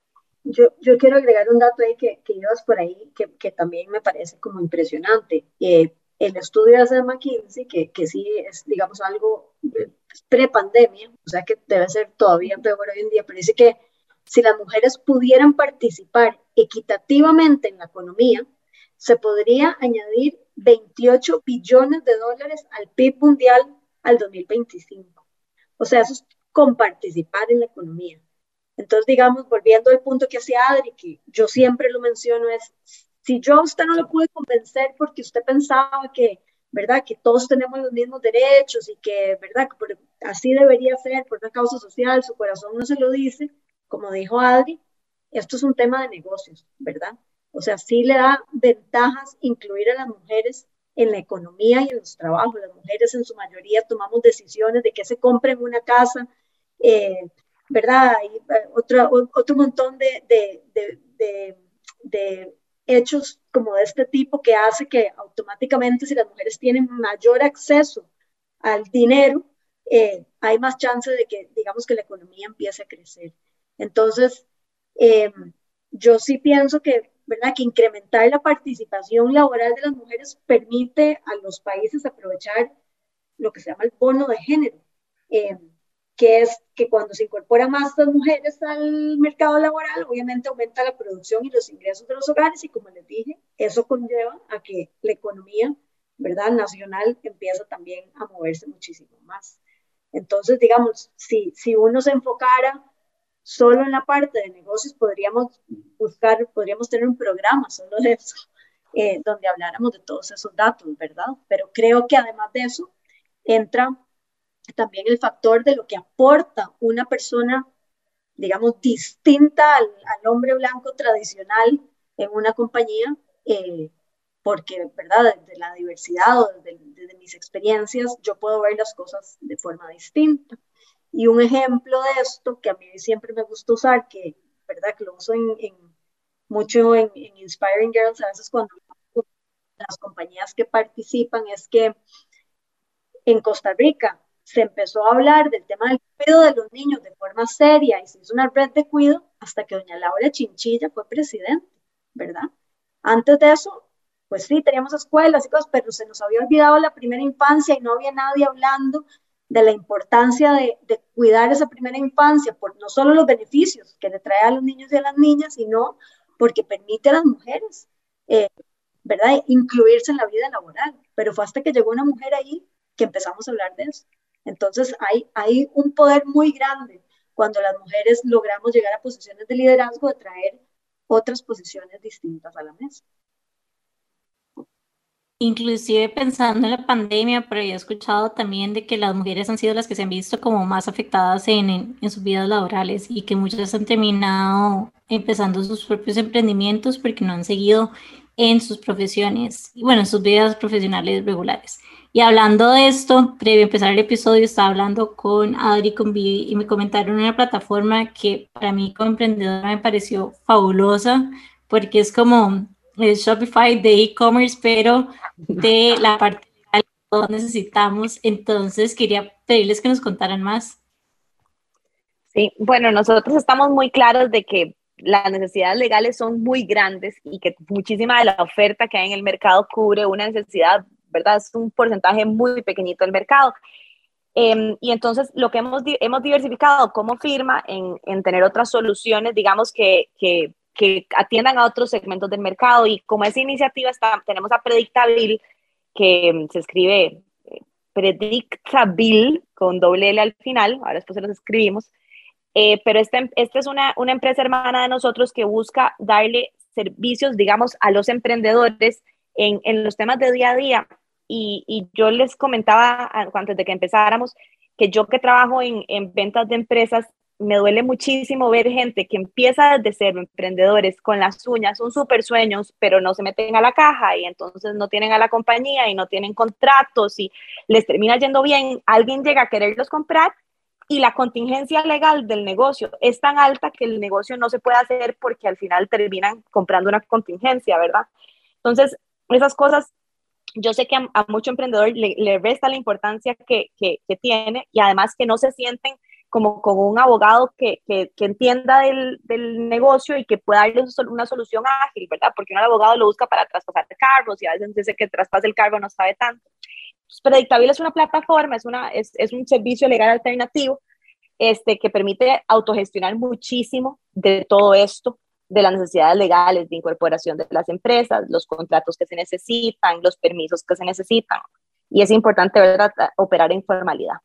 Speaker 4: Yo, yo quiero agregar un dato ahí que, que llevas por ahí que, que también me parece como impresionante. Eh, el estudio de McKinsey, que, que sí es, digamos, algo pre-pandemia, o sea que debe ser todavía peor hoy en día, pero dice que si las mujeres pudieran participar equitativamente en la economía, se podría añadir veintiocho billones de dólares al P I B mundial al dos mil veinticinco. O sea, eso es con participar en la economía. Entonces, digamos, volviendo al punto que hacía Adri, que yo siempre lo menciono, es, si yo a usted no lo pude convencer porque usted pensaba que, ¿verdad?, que todos tenemos los mismos derechos y que, ¿verdad?, que por, así debería ser por una causa social, su corazón no se lo dice, como dijo Adri, esto es un tema de negocios, ¿verdad? O sea, sí le da ventajas incluir a las mujeres en la economía y en los trabajos. Las mujeres en su mayoría tomamos decisiones de qué se compra en una casa, eh, ¿verdad? Y otro, otro montón de, de, de, de, de hechos como de este tipo que hace que automáticamente si las mujeres tienen mayor acceso al dinero, eh, hay más chance de que, digamos, que la economía empiece a crecer. Entonces, eh, yo sí pienso que, ¿verdad?, que incrementar la participación laboral de las mujeres permite a los países aprovechar lo que se llama el bono de género. Eh, que es que cuando se incorporan más las mujeres al mercado laboral, obviamente aumenta la producción y los ingresos de los hogares y como les dije, eso conlleva a que la economía, ¿verdad?, nacional empieza también a moverse muchísimo más. Entonces, digamos, si, si uno se enfocara solo en la parte de negocios, podríamos buscar, podríamos tener un programa solo de eso, eh, donde habláramos de todos esos datos, ¿verdad? Pero creo que además de eso, entra también el factor de lo que aporta una persona, digamos, distinta al, al hombre blanco tradicional en una compañía, eh, porque, ¿verdad?, desde la diversidad o desde, desde mis experiencias, yo puedo ver las cosas de forma distinta. Y un ejemplo de esto que a mí siempre me gusta usar, que, ¿verdad?, que lo uso en, en, mucho en, en Inspiring Girls, a veces cuando las compañías que participan, es que en Costa Rica se empezó a hablar del tema del cuidado de los niños de forma seria y se hizo una red de cuidado hasta que doña Laura Chinchilla fue presidente, ¿verdad? Antes de eso, pues sí, teníamos escuelas y cosas, pero se nos había olvidado la primera infancia y no había nadie hablando de la importancia de, de cuidar esa primera infancia, por no solo los beneficios que le trae a los niños y a las niñas, sino porque permite a las mujeres eh, ¿verdad? Incluirse en la vida laboral, pero fue hasta que llegó una mujer ahí que empezamos a hablar de eso. Entonces hay, hay un poder muy grande cuando las mujeres logramos llegar a posiciones de liderazgo, de traer otras posiciones distintas a la mesa.
Speaker 1: Inclusive pensando en la pandemia, pero he escuchado también de que las mujeres han sido las que se han visto como más afectadas en, en, en sus vidas laborales y que muchas han terminado empezando sus propios emprendimientos porque no han seguido en sus profesiones y bueno, en sus vidas profesionales regulares. Y hablando de esto, previo a empezar el episodio, estaba hablando con Adri con Vivi y me comentaron una plataforma que para mí como emprendedora me pareció fabulosa porque es como el Shopify de e-commerce, pero de la parte legal que todos necesitamos. Entonces quería pedirles que nos contaran más.
Speaker 3: Sí, bueno, nosotros estamos muy claros de que las necesidades legales son muy grandes y que muchísima de la oferta que hay en el mercado cubre una necesidad, ¿verdad? Es un porcentaje muy pequeñito del mercado. Eh, y entonces lo que hemos, hemos diversificado como firma en, en tener otras soluciones, digamos, que, que, que atiendan a otros segmentos del mercado. Y como esa iniciativa está, tenemos a Predictable, que se escribe eh, Predictable con doble L al final, ahora después se los escribimos. Eh, pero esta, esta es una, una empresa hermana de nosotros que busca darle servicios, digamos, a los emprendedores en, en los temas de día a día. Y, y yo les comentaba antes de que empezáramos que yo que trabajo en, en ventas de empresas, me duele muchísimo ver gente que empieza desde cero, emprendedores con las uñas, son súper sueños, pero no se meten a la caja y entonces no tienen a la compañía y no tienen contratos y les termina yendo bien. Alguien llega a quererlos comprar y la contingencia legal del negocio es tan alta que el negocio no se puede hacer porque al final terminan comprando una contingencia, ¿verdad? Entonces, esas cosas, yo sé que a, a mucho emprendedor le, le resta la importancia que, que, que tiene y además que no se sienten como con un abogado que, que, que entienda del, del negocio y que pueda darle una solución ágil, ¿verdad? Porque uno el abogado lo busca para traspasar cargos y a veces dice que traspase el cargo no sabe tanto. Predictable es una plataforma, es, una, es, es un servicio legal alternativo este, que permite autogestionar muchísimo de todo esto, de las necesidades legales de incorporación de las empresas, los contratos que se necesitan, los permisos que se necesitan. Y es importante, ¿verdad?, operar en formalidad.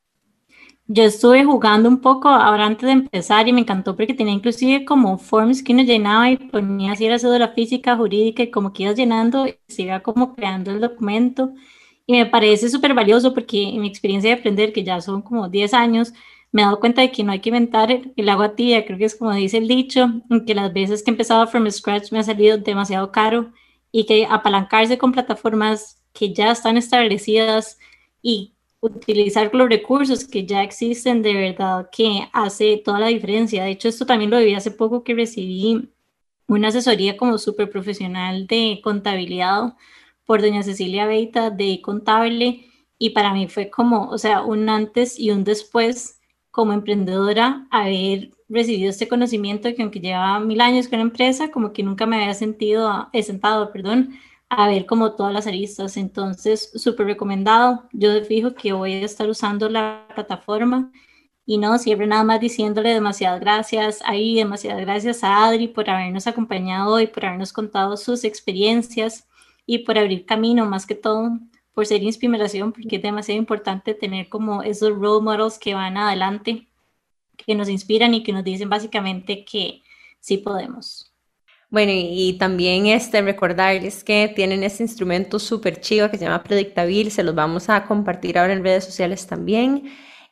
Speaker 1: Yo estuve jugando un poco ahora antes de empezar y me encantó porque tenía inclusive como forms que uno llenaba y ponía si era cédula física, jurídica y como que ibas llenando y se iba como creando el documento. Y me parece súper valioso porque en mi experiencia de aprender, que ya son como diez años, me he dado cuenta de que no hay que inventar el agua tibia, creo que es como dice el dicho, que las veces que he empezado from scratch me ha salido demasiado caro y que apalancarse con plataformas que ya están establecidas y utilizar los recursos que ya existen de verdad que hace toda la diferencia. De hecho, esto también lo viví hace poco que recibí una asesoría como súper profesional de contabilidad por doña Cecilia Beita de Contable y para mí fue como, o sea, un antes y un después como emprendedora haber recibido este conocimiento que aunque llevaba mil años con la empresa, como que nunca me había sentido, he sentado, perdón, a ver como todas las aristas. Entonces, súper recomendado. Yo de fijo que voy a estar usando la plataforma y no, siempre nada más diciéndole demasiadas gracias ahí, demasiadas gracias a Adri por habernos acompañado hoy, por habernos contado sus experiencias y por abrir camino, más que todo, por ser inspiración, porque es demasiado importante tener como esos role models que van adelante, que nos inspiran y que nos dicen básicamente que sí podemos.
Speaker 2: Bueno, y, y también este, recordarles que tienen este instrumento súper chido que se llama Predictable, se los vamos a compartir ahora en redes sociales también.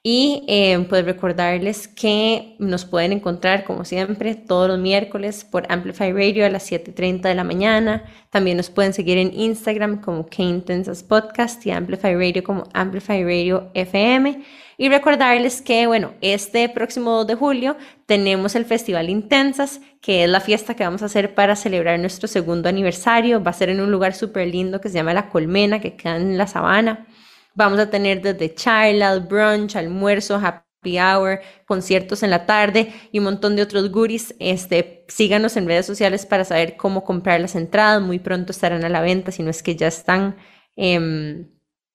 Speaker 2: Y eh, pues recordarles que nos pueden encontrar como siempre todos los miércoles por Amplify Radio a las siete y treinta de la mañana. También nos pueden seguir en Instagram como Qué Intensas Podcast y Amplify Radio como Amplify Radio F M. Y recordarles que, bueno, este próximo dos de julio tenemos el Festival Intensas, que es la fiesta que vamos a hacer para celebrar nuestro segundo aniversario. Va a ser en un lugar súper lindo que se llama La Colmena, que queda en La Sabana. Vamos a tener desde charlas, brunch, almuerzo, happy hour, conciertos en la tarde y un montón de otros goodies. Este, síganos en redes sociales para saber cómo comprar las entradas. Muy pronto estarán a la venta, si no es que ya están. Eh,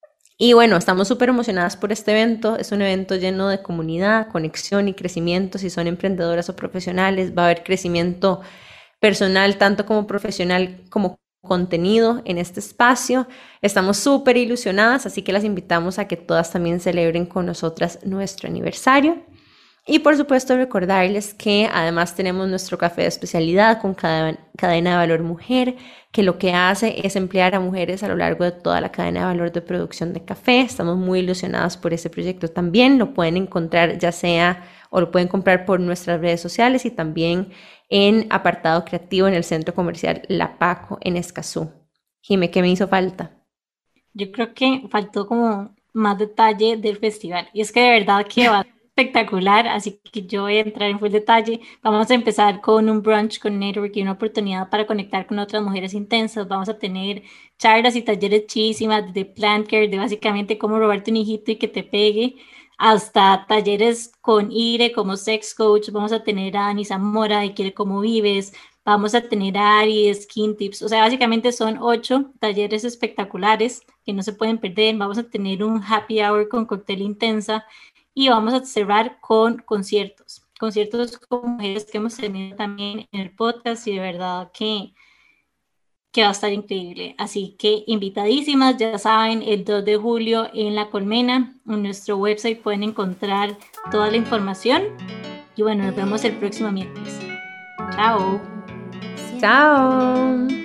Speaker 2: y bueno, estamos súper emocionadas por este evento. Es un evento lleno de comunidad, conexión y crecimiento. Si son emprendedoras o profesionales, va a haber crecimiento personal, tanto como profesional como contenido en este espacio. Estamos súper ilusionadas, así que las invitamos a que todas también celebren con nosotras nuestro aniversario. Y por supuesto recordarles que además tenemos nuestro café de especialidad con cadena de valor mujer, que lo que hace es emplear a mujeres a lo largo de toda la cadena de valor de producción de café. Estamos muy ilusionadas por ese proyecto también. Lo pueden encontrar ya sea o lo pueden comprar por nuestras redes sociales y también en apartado creativo en el centro comercial La Paco en Escazú. Jime, ¿qué me hizo falta?
Speaker 1: Yo creo que faltó como más detalle del festival. Y es que de verdad que va espectacular, así que yo voy a entrar en full detalle. Vamos a empezar con un brunch con network y una oportunidad para conectar con otras mujeres intensas. Vamos a tener charlas y talleres chísimas de plant care, de básicamente cómo robarte un hijito y que te pegue, hasta talleres con Ire como sex coach. Vamos a tener a Ani Zamora de Quiere Cómo Vives. Vamos a tener a Ari de Skin Tips. O sea, básicamente son ocho talleres espectaculares que no se pueden perder. Vamos a tener un happy hour con cóctel intensa. Y vamos a cerrar con conciertos, conciertos con mujeres que hemos tenido también en el podcast y de verdad que, que va a estar increíble. Así que invitadísimas, ya saben, el dos de julio en La Colmena, en nuestro website pueden encontrar toda la información. Y bueno, nos vemos el próximo miércoles. Chao.
Speaker 2: Chao.